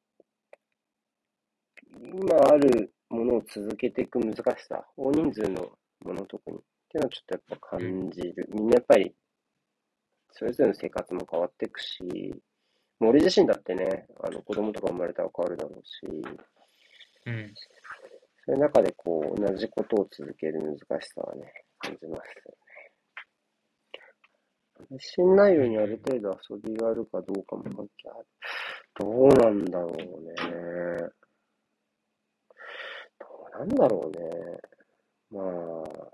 今あるものを続けていく難しさ、大人数のもの特に、っていうのはちょっとやっぱうん、 感じる。みんなやっぱり、それぞれの生活も変わっていくし、もう俺自身だってね、子供とか生まれたら変わるだろうし、 うん。 そういう中でこう、同じことを続ける難しさはね、感じます。発信内容にある程度遊びがあるかどうかも関係ある。どうなんだろうね。どうなんだろうね。まあ、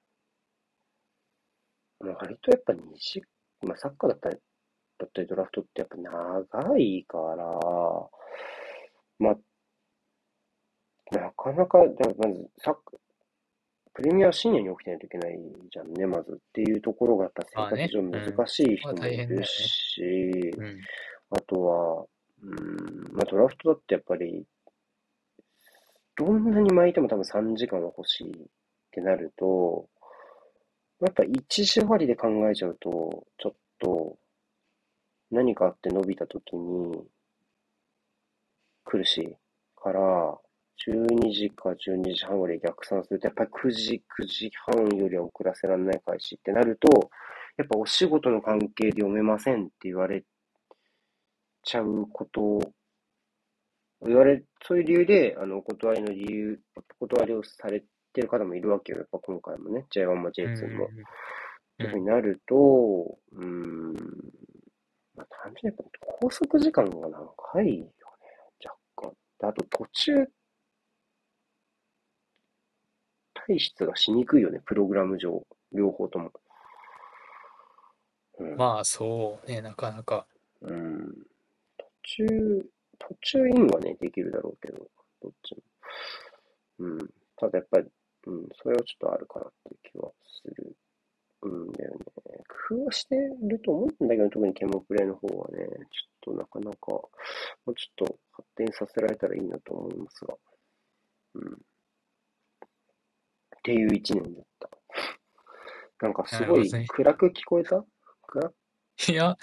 割とやっぱまあサッカーだったりドラフトってやっぱ長いから、まあ、なかなか、まずプレミアは深夜に起きてないといけないじゃんね、まずっていうところがやっぱ生まあね、 活上難うん。 しいまあ大人もいる変だよね。 し、 うん。 あとは、まあドラフトだってやっぱり、どんなに巻いても多分3時間は欲しいってなると、やっぱ一時割で考えちゃうと、ちょっと何かあって伸びた時に苦しいから、12時か12時半ぐらい逆算すると、やっぱり9時半よりは遅らせられない開始ってなると、やっぱお仕事の関係で読めませんって言われちゃうことを、そういう理由で、お断りをされてる方もいるわけよ。やっぱ今回もね、J1 もうん、 J2 も。っていうふうにうん、 なると、まあ、単純にやっぱ拘束時間が長いよね、若干。であと途中退出がしにくいよね、プログラム上。両方とも。うん。 まあそうね、なかなか。 うん。中、途中インはね、できるだろうけど、どっちも。うん。ただやっぱり、それはちょっとあるかなっていう気はするんだよね。工夫はしてると思うんだけど、特にケモプレイの方はね、ちょっとなかなか、もうちょっと発展させられたらいいなと思いますが、っていう一年だった。なんかすごいなるほどね。 暗く聞こえた暗くいや、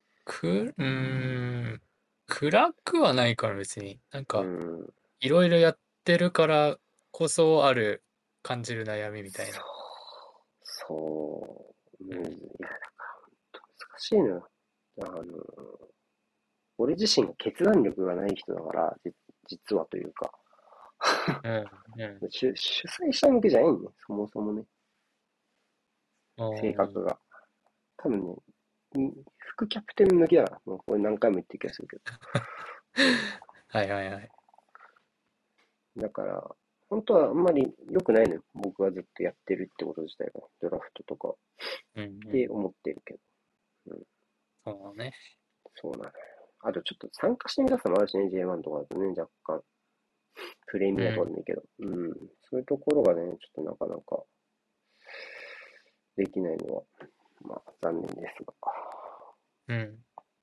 暗くはないから別に。なんうか、 ん。 いろいろやってるからこそある感じる悩みみたいな。 そう、 うん。 いや、だから難しいのよ。あの、俺自身が決断力がない人だから、実はというか、 うん。うん。 主催したいわけじゃないんね、そもそもね、 うん。 性格が。多分ね、副キャプテン向きだから、もうこれ何回も言ってる気がするけど。 はいはいはい。 だから、本当はあんまり良くないのよ。僕がずっとやってるってこと自体が、ドラフトとかっうんうん。 て思ってるけど。うん、 そうね。 そうなのよ。あとちょっと参加してみたさもあるしね、J1 とかだとね、若干。プレミアとかでうん。 もいいけど。そういうところがね、ちょっとなかなかできないのは、まあ残念ですが。 うん。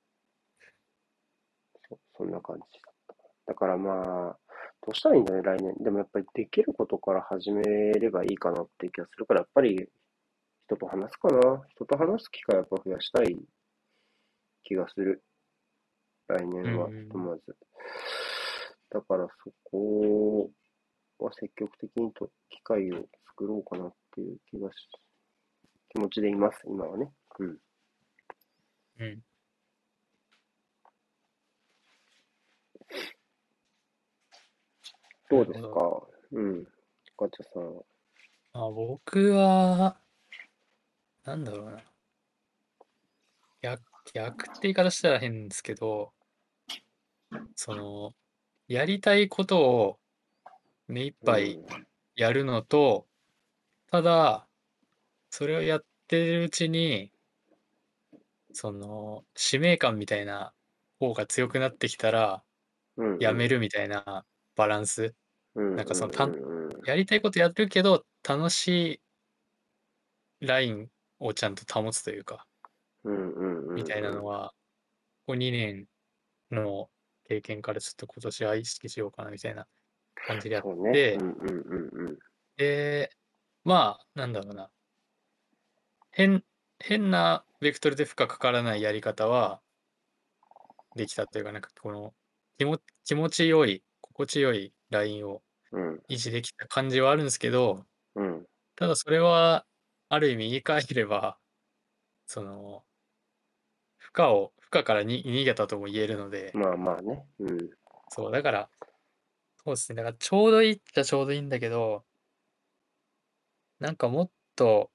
そんな感じだ。だからまあ、どうしたらいいんだね、来年。でもやっぱりできることから始めればいいかなっていう気がするから、やっぱり人と話すかな。人と話す機会をやっぱ増やしたい気がする。来う年は、ひとん。 まず。だからそこは積極的に機会を作ろうかなっていう気持ちでいます、今はね。うん。 うん。 どうですか？ なるほど。 うん。ガチャさんは。 僕は、なんだろうな。逆、逆って言い方したら変ですけど、その、やりたいことを目いっぱいうん。 やるのと、ただ、それをやってるうちに、使命感みたいな方が強くなってきたら、 うんうん。 やめるみたいなバランス。 うんなんかその、 うんうんうん。 やりたいことやるけど、楽しいラインをちゃんと保つというか、 うんうんうんみたいなうん。 のは、ここ2年の経験からちょっと今年は意識しようかなみたいな感じでやっそうね。うんて、 うんうんうん。 で、まあ、なんだろうな。変、変なベクトルで負荷かからないやり方はできたというか、なんかこの気持ちよい、心地よいラインをうん維持できた感じはあるんですけど、 うん。 ただそれは、ある意味言い換えれば、その、負荷から逃げたとも言えるので、 まあまあね。うん。 そう、だから、そうですね。だからちょうどいいっちゃちょうどいいんだけど、なんかもっと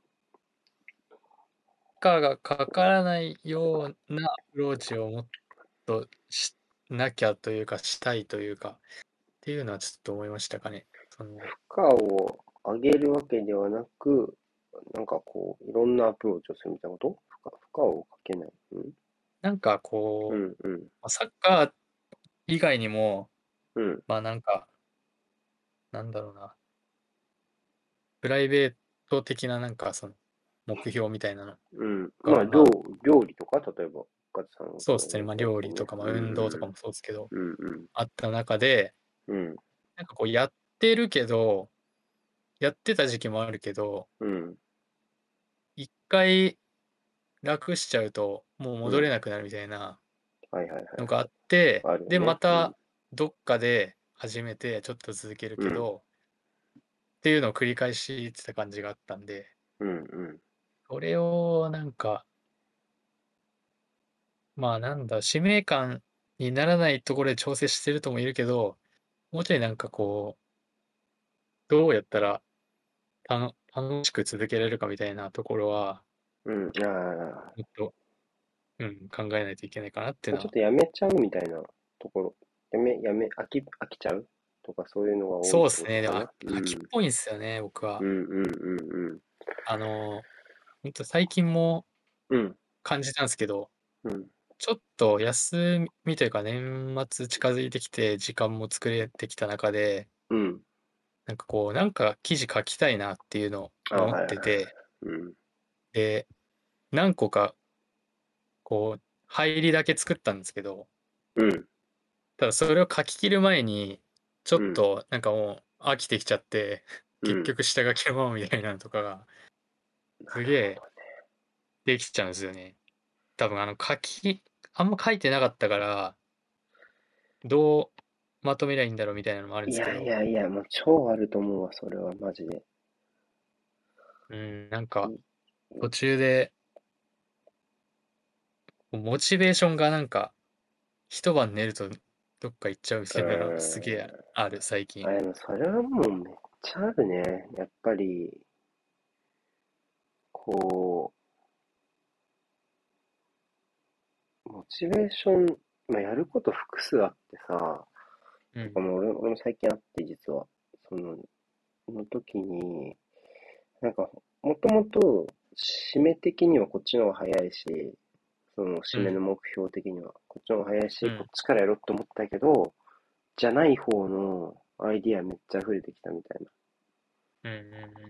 負荷がかからないようなアプローチをもっとしなきゃというか、したいというか、っていうのはちょっと思いましたかね。 負荷を上げるわけではなく、なんかこう、いろんなアプローチをするみたいなこと負荷をかけない。 なんかうこう、 んうんまあサッカー以外にも、 うんまあなんか、なんだろうな、プライベート的ななんか目標みたいなのうん。まが、 あ、 まあ料理とか、例えば、ガツさんがそうですね、まあやってね。 料理とか、まあうん運動とかもそうですけど、 うんうんあった中で、 うんなんかこうやってるけど、やってた時期もあるけど、 うん一回楽しちゃうともううん。 戻れなくなるみたいなはいはいはい。 のがあって、で、まあるよね。うんたどっかで始めてちょっと続けるうんけど、っていうのを繰り返してた感じがあったんで、 うんうんそれをなんか、まあなんだ、使命感にならないところで調整してるとも言えるけど、もうちょいなんかこう、どうやったら楽しく続けられるかみたいなところは、 うん。ああ。 もっと、うん、考えないといけないかなっていうのは。 ちょっとやめちゃうみたいなところ。飽きちゃうとかそういうのが多いってそうですね。でも、 ことかな。うん。 秋っぽいんですよね、僕は。 うんうんうんあの、ほんと最近もうん。 感じたんですけど、 うん。 ちょっと休みというか年末近づいてきて時間も作れてきた中で、 うん。 なんかこう、なんか記事書きたいなっていうのをあ、 思っはいはいはい。 てて、 うん。 で、何個かこう、入りだけ作ったんですけど、 うん。 ただそれを書き切る前に、ちょっうん。 となんかもう飽きてきちゃって、結うん。 局下書きのままみたいなのとかが、 なるすげえできちゃうんですよね。多分あんま書いてなかったから、どうまとめりゃいいんだろうみたいなのもあるんでいやいすけど、 やいや、もう超あると思うわ、それはマジで。 うん、なんかい途中でモチベーションがなんか一晩寝るとどっか行っちゃうみうーたいなのがすげえん。 ある最近。 でもそれはもうめっちゃあるね。やっぱり、こモチベーション、やること複数あってさ、 うん、 てかもう俺も最近あって実は、その時に、なんか、もともと、締め的にはこっちの方が早いし、その締めのうん、 目標的にはこっちの方が早いし、こっうん、 ちからやろうと思ったけど、じゃない方のアイディアめっちゃ溢れてきたみたいなうん、うん、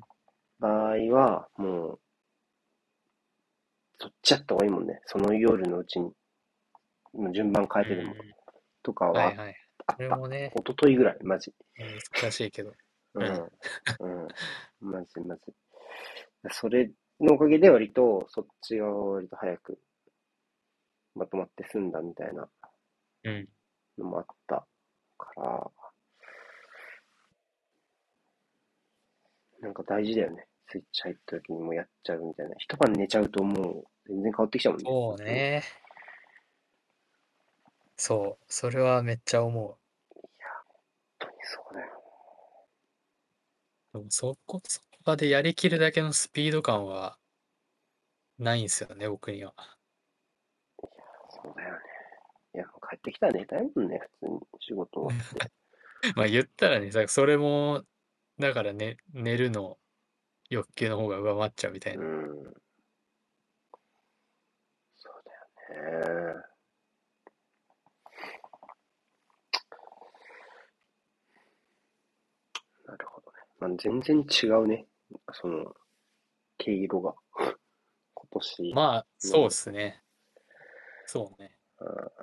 場合は、もう、そっちやった方がいいもんね。その夜のうちに、もう順番変えうてでも、 ん、 とかははいはい。それあった。 もね、 一昨日ぐらい、マジ。 難しいけど。 うん。 うん、 うん。マジマジ。それのおかげで割と、そっち側は割と早くまとまって済んだみたいなうん。 のもあったから、なんか大事だよね。スイッチ入った時にもうやっちゃうみたいな。一晩寝ちゃうともう全然変わってきちゃうもんね。 そう本当に。 ね。そう。それはめっちゃ思本当にそうだよ。 う。でもそこ場でやりきるだけのスピード感はないんですよね、僕には。 そうだよね。いや、もう帰ってきたら寝たいもんね、普通に。仕事終わって。 まあ言ったらね、それも、だからね、寝るの欲求の方が上回っちゃうみたいうな。 ん。そうだよね。 まあ、全然違うね。その、毛色が。今年まあ、そうっの、 すね。そうね。 あ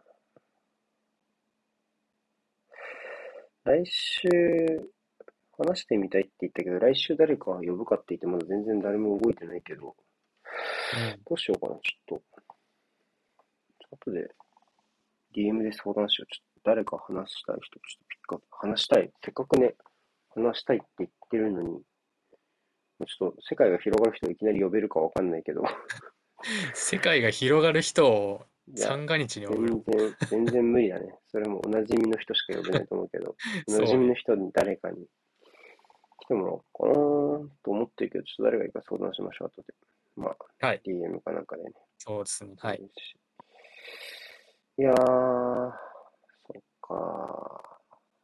来週話してみたいって言ったけど、来週誰か呼ぶかって言ってまだ全然誰も動いてないけど、 うん。 どうしようかな。ちょっと、後で DM で相談しよう。ちょっと誰か話したい人、ちょっとピックアップ、話したい。せっかくね、話したいって言ってるのに、ちょっと世界が広がる人をいきなり呼べるかわかんないけど、 世界が広がる人をいや、 三が日に呼ぶの。 全然無理だね。それもおなじみの人しか呼べないと思うけど、おなじそうね。 みの人に誰かに来てもらおうかなと思ってるけど、ちょっと誰がいいか相談しましょう、後で。まあ、 はい。 DM かなんかでね。 そうですね。はい。 うんしいやー、そっか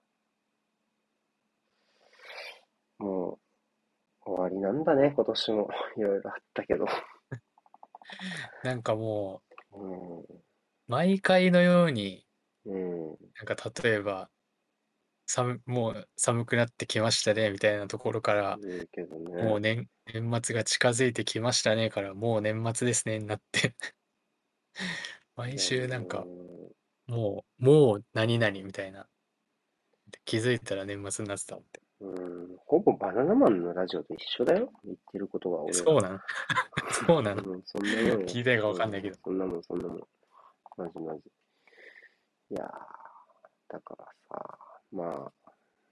もう終わりなんだね、今年も。いろいろあったけど。 なんかもうん、 う、毎回のように、 うん、 なんか例えば、もう寒くなってきましたね、みたいなところから、 言うけどね。 もう年末が近づいてきましたね、から、もう年末ですね、になって、毎いや、 週なんか、もう何々みたいな。気づいたら年末になってたって。 ほぼバナナマンのラジオと一緒だよ。言ってることは俺ら。 そうなのそうなのそんなもんよ。 聞いたいかわうん、 かんないけど。 そんなもん、そんなもん。マジマジ。いやー、だからさ、まあ、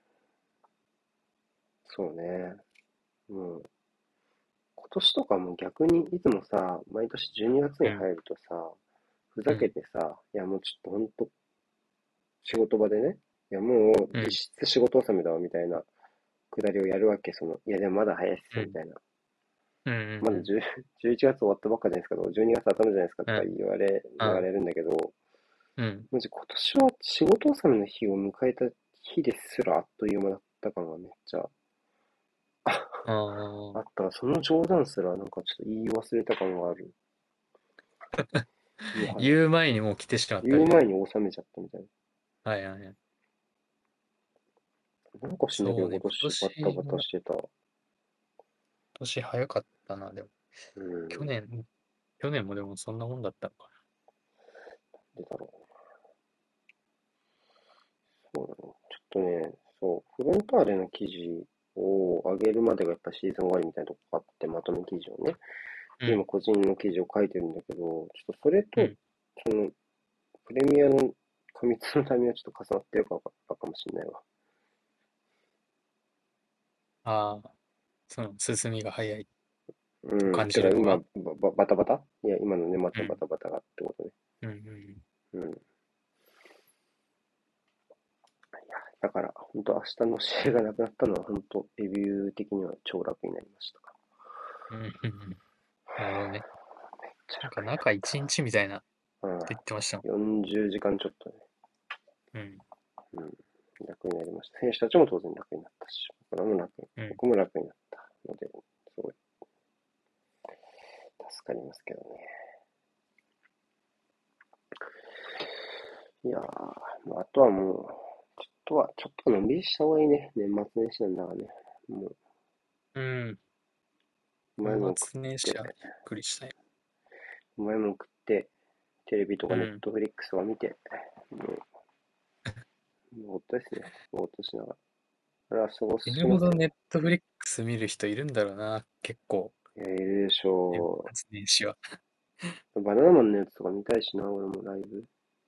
そうね。もう、今年とかも逆にいつもさ、毎年12月にうん、 入るとさ、ふざけうん、 てさ、いやもうちょっとほんと仕事場でね、いやもう実うん、 質仕事納めだわみたいなくだりをやるわけ、いやでもまだ早いっすうん、 よみたいな。 うん、 まだうん、 11月終わったばっかじゃないですかとか、12月頭じゃないですかとうん、 か言われるんだけど、 うん。 マジ今年は仕事納めの日を迎えた日ですらあっという間だった感がめっちゃああ、 あった。その冗談すらなんかちょっと言い忘れた感がある。もはや。 言う前にもう来てしまった言うみたいな。 前に収めちゃったみたいはいはいはい。 な。なんかしんないけどそうね、 今年バタバタしてた。 今年早かったな、でも。 うん。 去年、去年もでもそんなもんだったのかでだろう。そうだね。ちょっとね、そう、フロンターレの記事を上げるまでがやっぱシーズン終わりみたいなとこがあって、まとめ記事をね。 な。うで、今ん、 個人の記事を書いてるんだけど、ちょっとそれと、 うん。 その、プレミアの過密のタイミングはちょっと重なってるかもしれないわ。 ああ、その進みが早いとうん。 感てか今、 じるのが。 バタバタいや、今の年末のバうん、 タバタがってことね。 うん、うん。 うん。いや、だから、本当明日の試合がなくなったのは、本当レビュー的には超楽になりました。 うん、うん、うん。なるほどね。 めっちゃなんか楽になっ中1日みたいなって言ってましたもた。40時間ちょっとね。 ん。うん、 うん。楽になりました。選手たちも当然楽になったし、 うん。 僕も楽になったので、すごい助かりますけどね。いやー、あとはもう、ちょっとのんびりした方がいいね。年末年始なんだからね。もう、 うん。 うまいもん食っ年末年始て、 はゆっくりしたい。 うまいもん食って、テレビとかネッうん。 トフリックスとか見て、ぼーっとですね。ぼーっとしながら。あれは過ご死ぬほどしますよ。 ネットフリックス見る人いるんだろうな。結構、 いや、いるでし年ょ末年始は。 う。バナナマンのやつとか見たいしな、俺もライブ。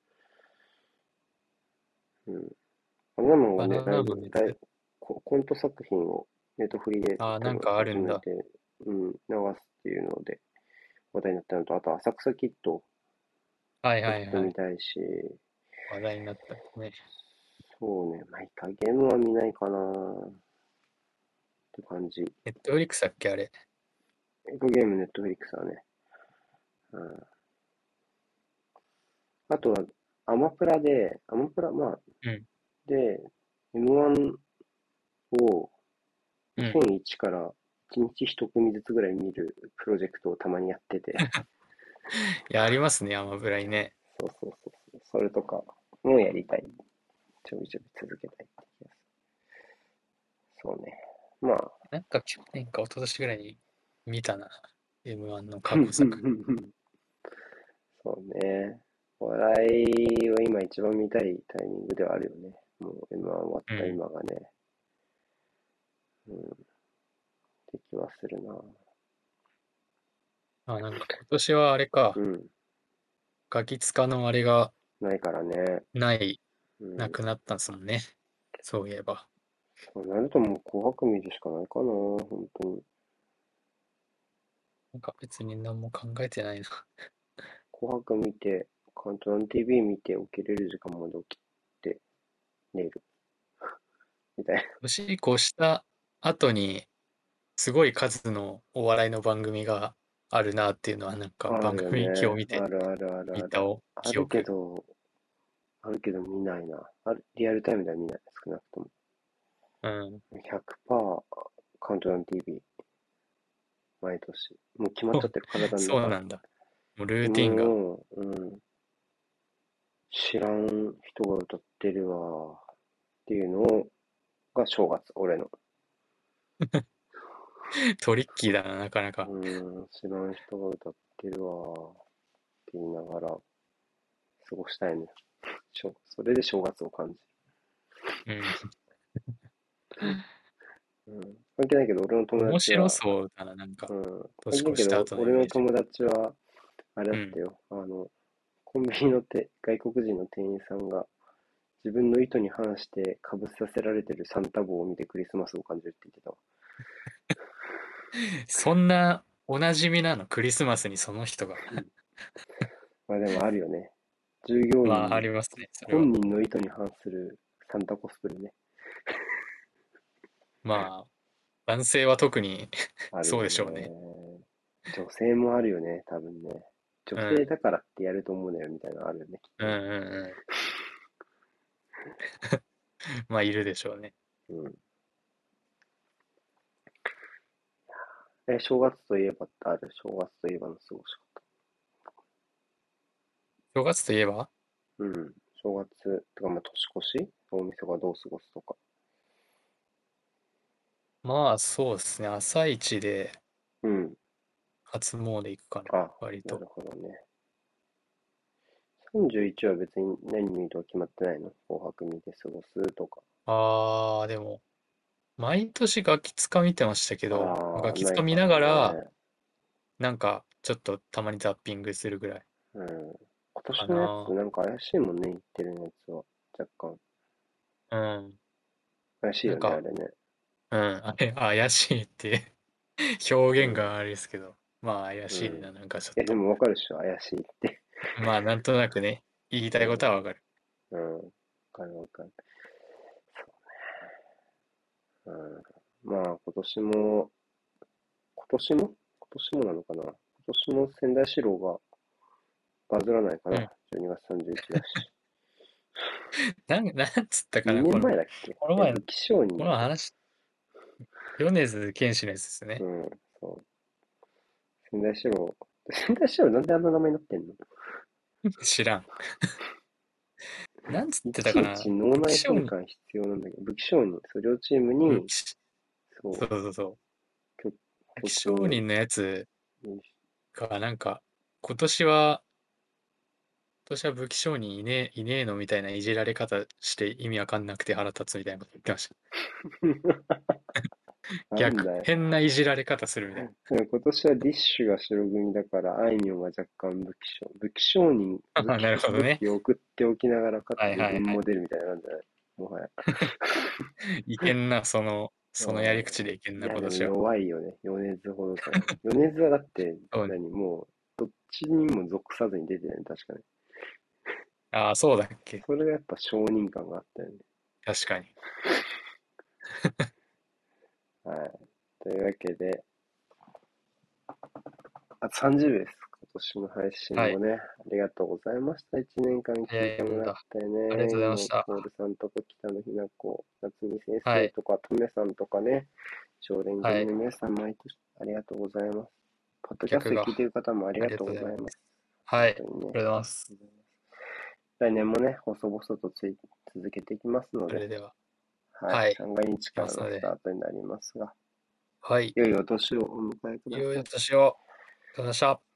うん。バナナマンがね、 バナナマンのやつ。 コント作品をネットフリでああ、 多分なんかあるんだ。 始めて、流すっていうので話題になったのと、あと浅草キッドをはいちょっはいはい。 と見たいし、 話題になったね。 そうね、まあ、イカゲームは見ないかなって感じ。 ネットフリックスだっけあれ。 イカゲームネットフリックスはね。うん、あとは、アマプラ、まあ、 うん。 で、M1 をうん。 2001から1日1組ずつぐらい見るプロジェクトをたまにやってて、 いや、ありますね、アマプラにね。 そう。それとかもやりたい。ちょびちょび続けたいって気がする。そうね。 まあ、 なんか去年か一昨年ぐらいに見たな。M1 の過去作。 そうね。お笑いを今一番見たいタイミングではあるよね。もう M1 終わったうん。 今がね、うん、って気はするな。 あ、なんか今年はあれか、 うん、 ガキ使のあれがないからね。 ない、 うん、 なくなったんですもんね。そういえば。 そうなるともう紅白見るしかないかな、本当に。 なんか別に何も考えてないな。 紅白見て、カウントダウン TV 見て起きれる時間まで起きて寝る。みたい年越した後に、すごい数のお笑いの番組があるなっていうのは、なんかな。あ番るよね。 組表見てあるあるあるある。 見たあるけ記憶。 ど、あるけど見ないな。リアルタイムでは見ない。少なくとも。 うん。 100%カウントダウン TV。毎年。もう決まっちゃってる、体の中で。 そうなんだ。もうルでーティンが。 も、知らん人が歌ってるわ。っていうのが正月、俺の。 トリッキーだな、なかなか。 知らん人が歌ってるわ。って言いながら過ごしたいね。それで正月を感じうん。 る。関係ないけど、俺の友面白達は、 そうだな、なんか。 関係ないけど、 年越した後のイメージ。 俺の友達は、あれだうん。 ったよ。コンビニの外国人の店員さんが、自分の意図に反して被させられてるサンタ帽を見てクリスマスを感じるって言ってたわ。 そんなおなじみなの、クリスマスにその人が。 うん。まあでもあるよね。従業まあ、あ員りますね、それは。 本人の意図に反するサンタコスプレね。 まあ、男性は特にそうあるよでしょうね。 ね。女性もあるよね、多分ね。女うん。 性だからってやると思うなよみたいなのあるよね、きっうんとね。 うんうん。まあ、いるでしょうね。 うん。正月といえばってある？正月といえばの過ごし正月といえば、 方。うん。正月とか、まあ年越し大晦日どう過ごすとか。 まあ、そうですね。朝一でうん。 初詣行くかな、 あ、 割と。 なるほどね。31は別に何見るとは決まってないの？紅白見て過ごすとか。 ああ、でも、毎年ガキ使見てましたけど、ガああ、 キないから使見ながら、 ね。 なんか、ちょっとたまにザッピングするぐらいうん。今か年のやつな。 なんか怪しいもんね、言ってるやつは。若干。 うん。 怪しいよね、あなんか、 れね。 うん、あれ、怪しいって表うん。 現があれですけど、まあ怪うん。 しいな、なんかちょっいや、でと。 もわかるでしょ、怪しいって。 まあなんとなくね、言いたいことはわかる。 うん。うん。わかるわかる。うん。まあ、今年もなのかな。今年も仙台四郎がバズらないかな。 うん。 12月31だし。 なんつったかな、 2年前だっけ？武この前の、 器商人こだっけ？ の話、米津玄師のやつですね。 うん。そう。仙台四郎。仙台四郎なんであんな名前になってんの？ 知らん。なんつっいてたかな、 ちいち脳武器商人、 内変換必要なんだけど、武器商人、そう、両チームに、 武器、 そう、 そうそうそう。 曲、 武器商曲人のやつに、 がなんか、今年は、今年は武器商人いねえのみたいないじられ方して意味わかんなくて腹立つみたいなこと言ってました。 なんだよ。 変ないじられ方するみたいでも今年はディッシュが白組だから、あいみょんは若干武器商人、 な。なるほどね。 武器を送っておきながら、かつはい自はいはい。 分も出るみたいなんじゃない？もはや。 いけんな、 うそのやり口でいけんん。いな、 や、でも今年は。 弱いよね。米津ほどじゃない。米津はだって、 そうね。 もう、どっちにも属さずに出てるね、確かに。 ああ、そうだっけ。 それがやっぱ承認感があったよね。 確かに。 はい。というわけで、あと30です。今年の配信はい。 もね、ありがとうございました。1年間聞いてもらっ早いもんだ。 てありがとうございまね、 した。 ポールさんとか北野日向子、夏美先はい。 生とか、とめさんとかね、常連はい。 組の皆さん、毎年ありがとうございます。ポッドキャスト客がで聞いている方もありがとうありがとうございございます。 ます。はい。あり本当にね。 がとうございます。 来年もね、細々と続けていきますので、 それでは。 はい。 はい。 三が日いからのますので、 スタートになりますが、 はい。 良いお年をお迎えください。 良いお年を。ありがとうございました。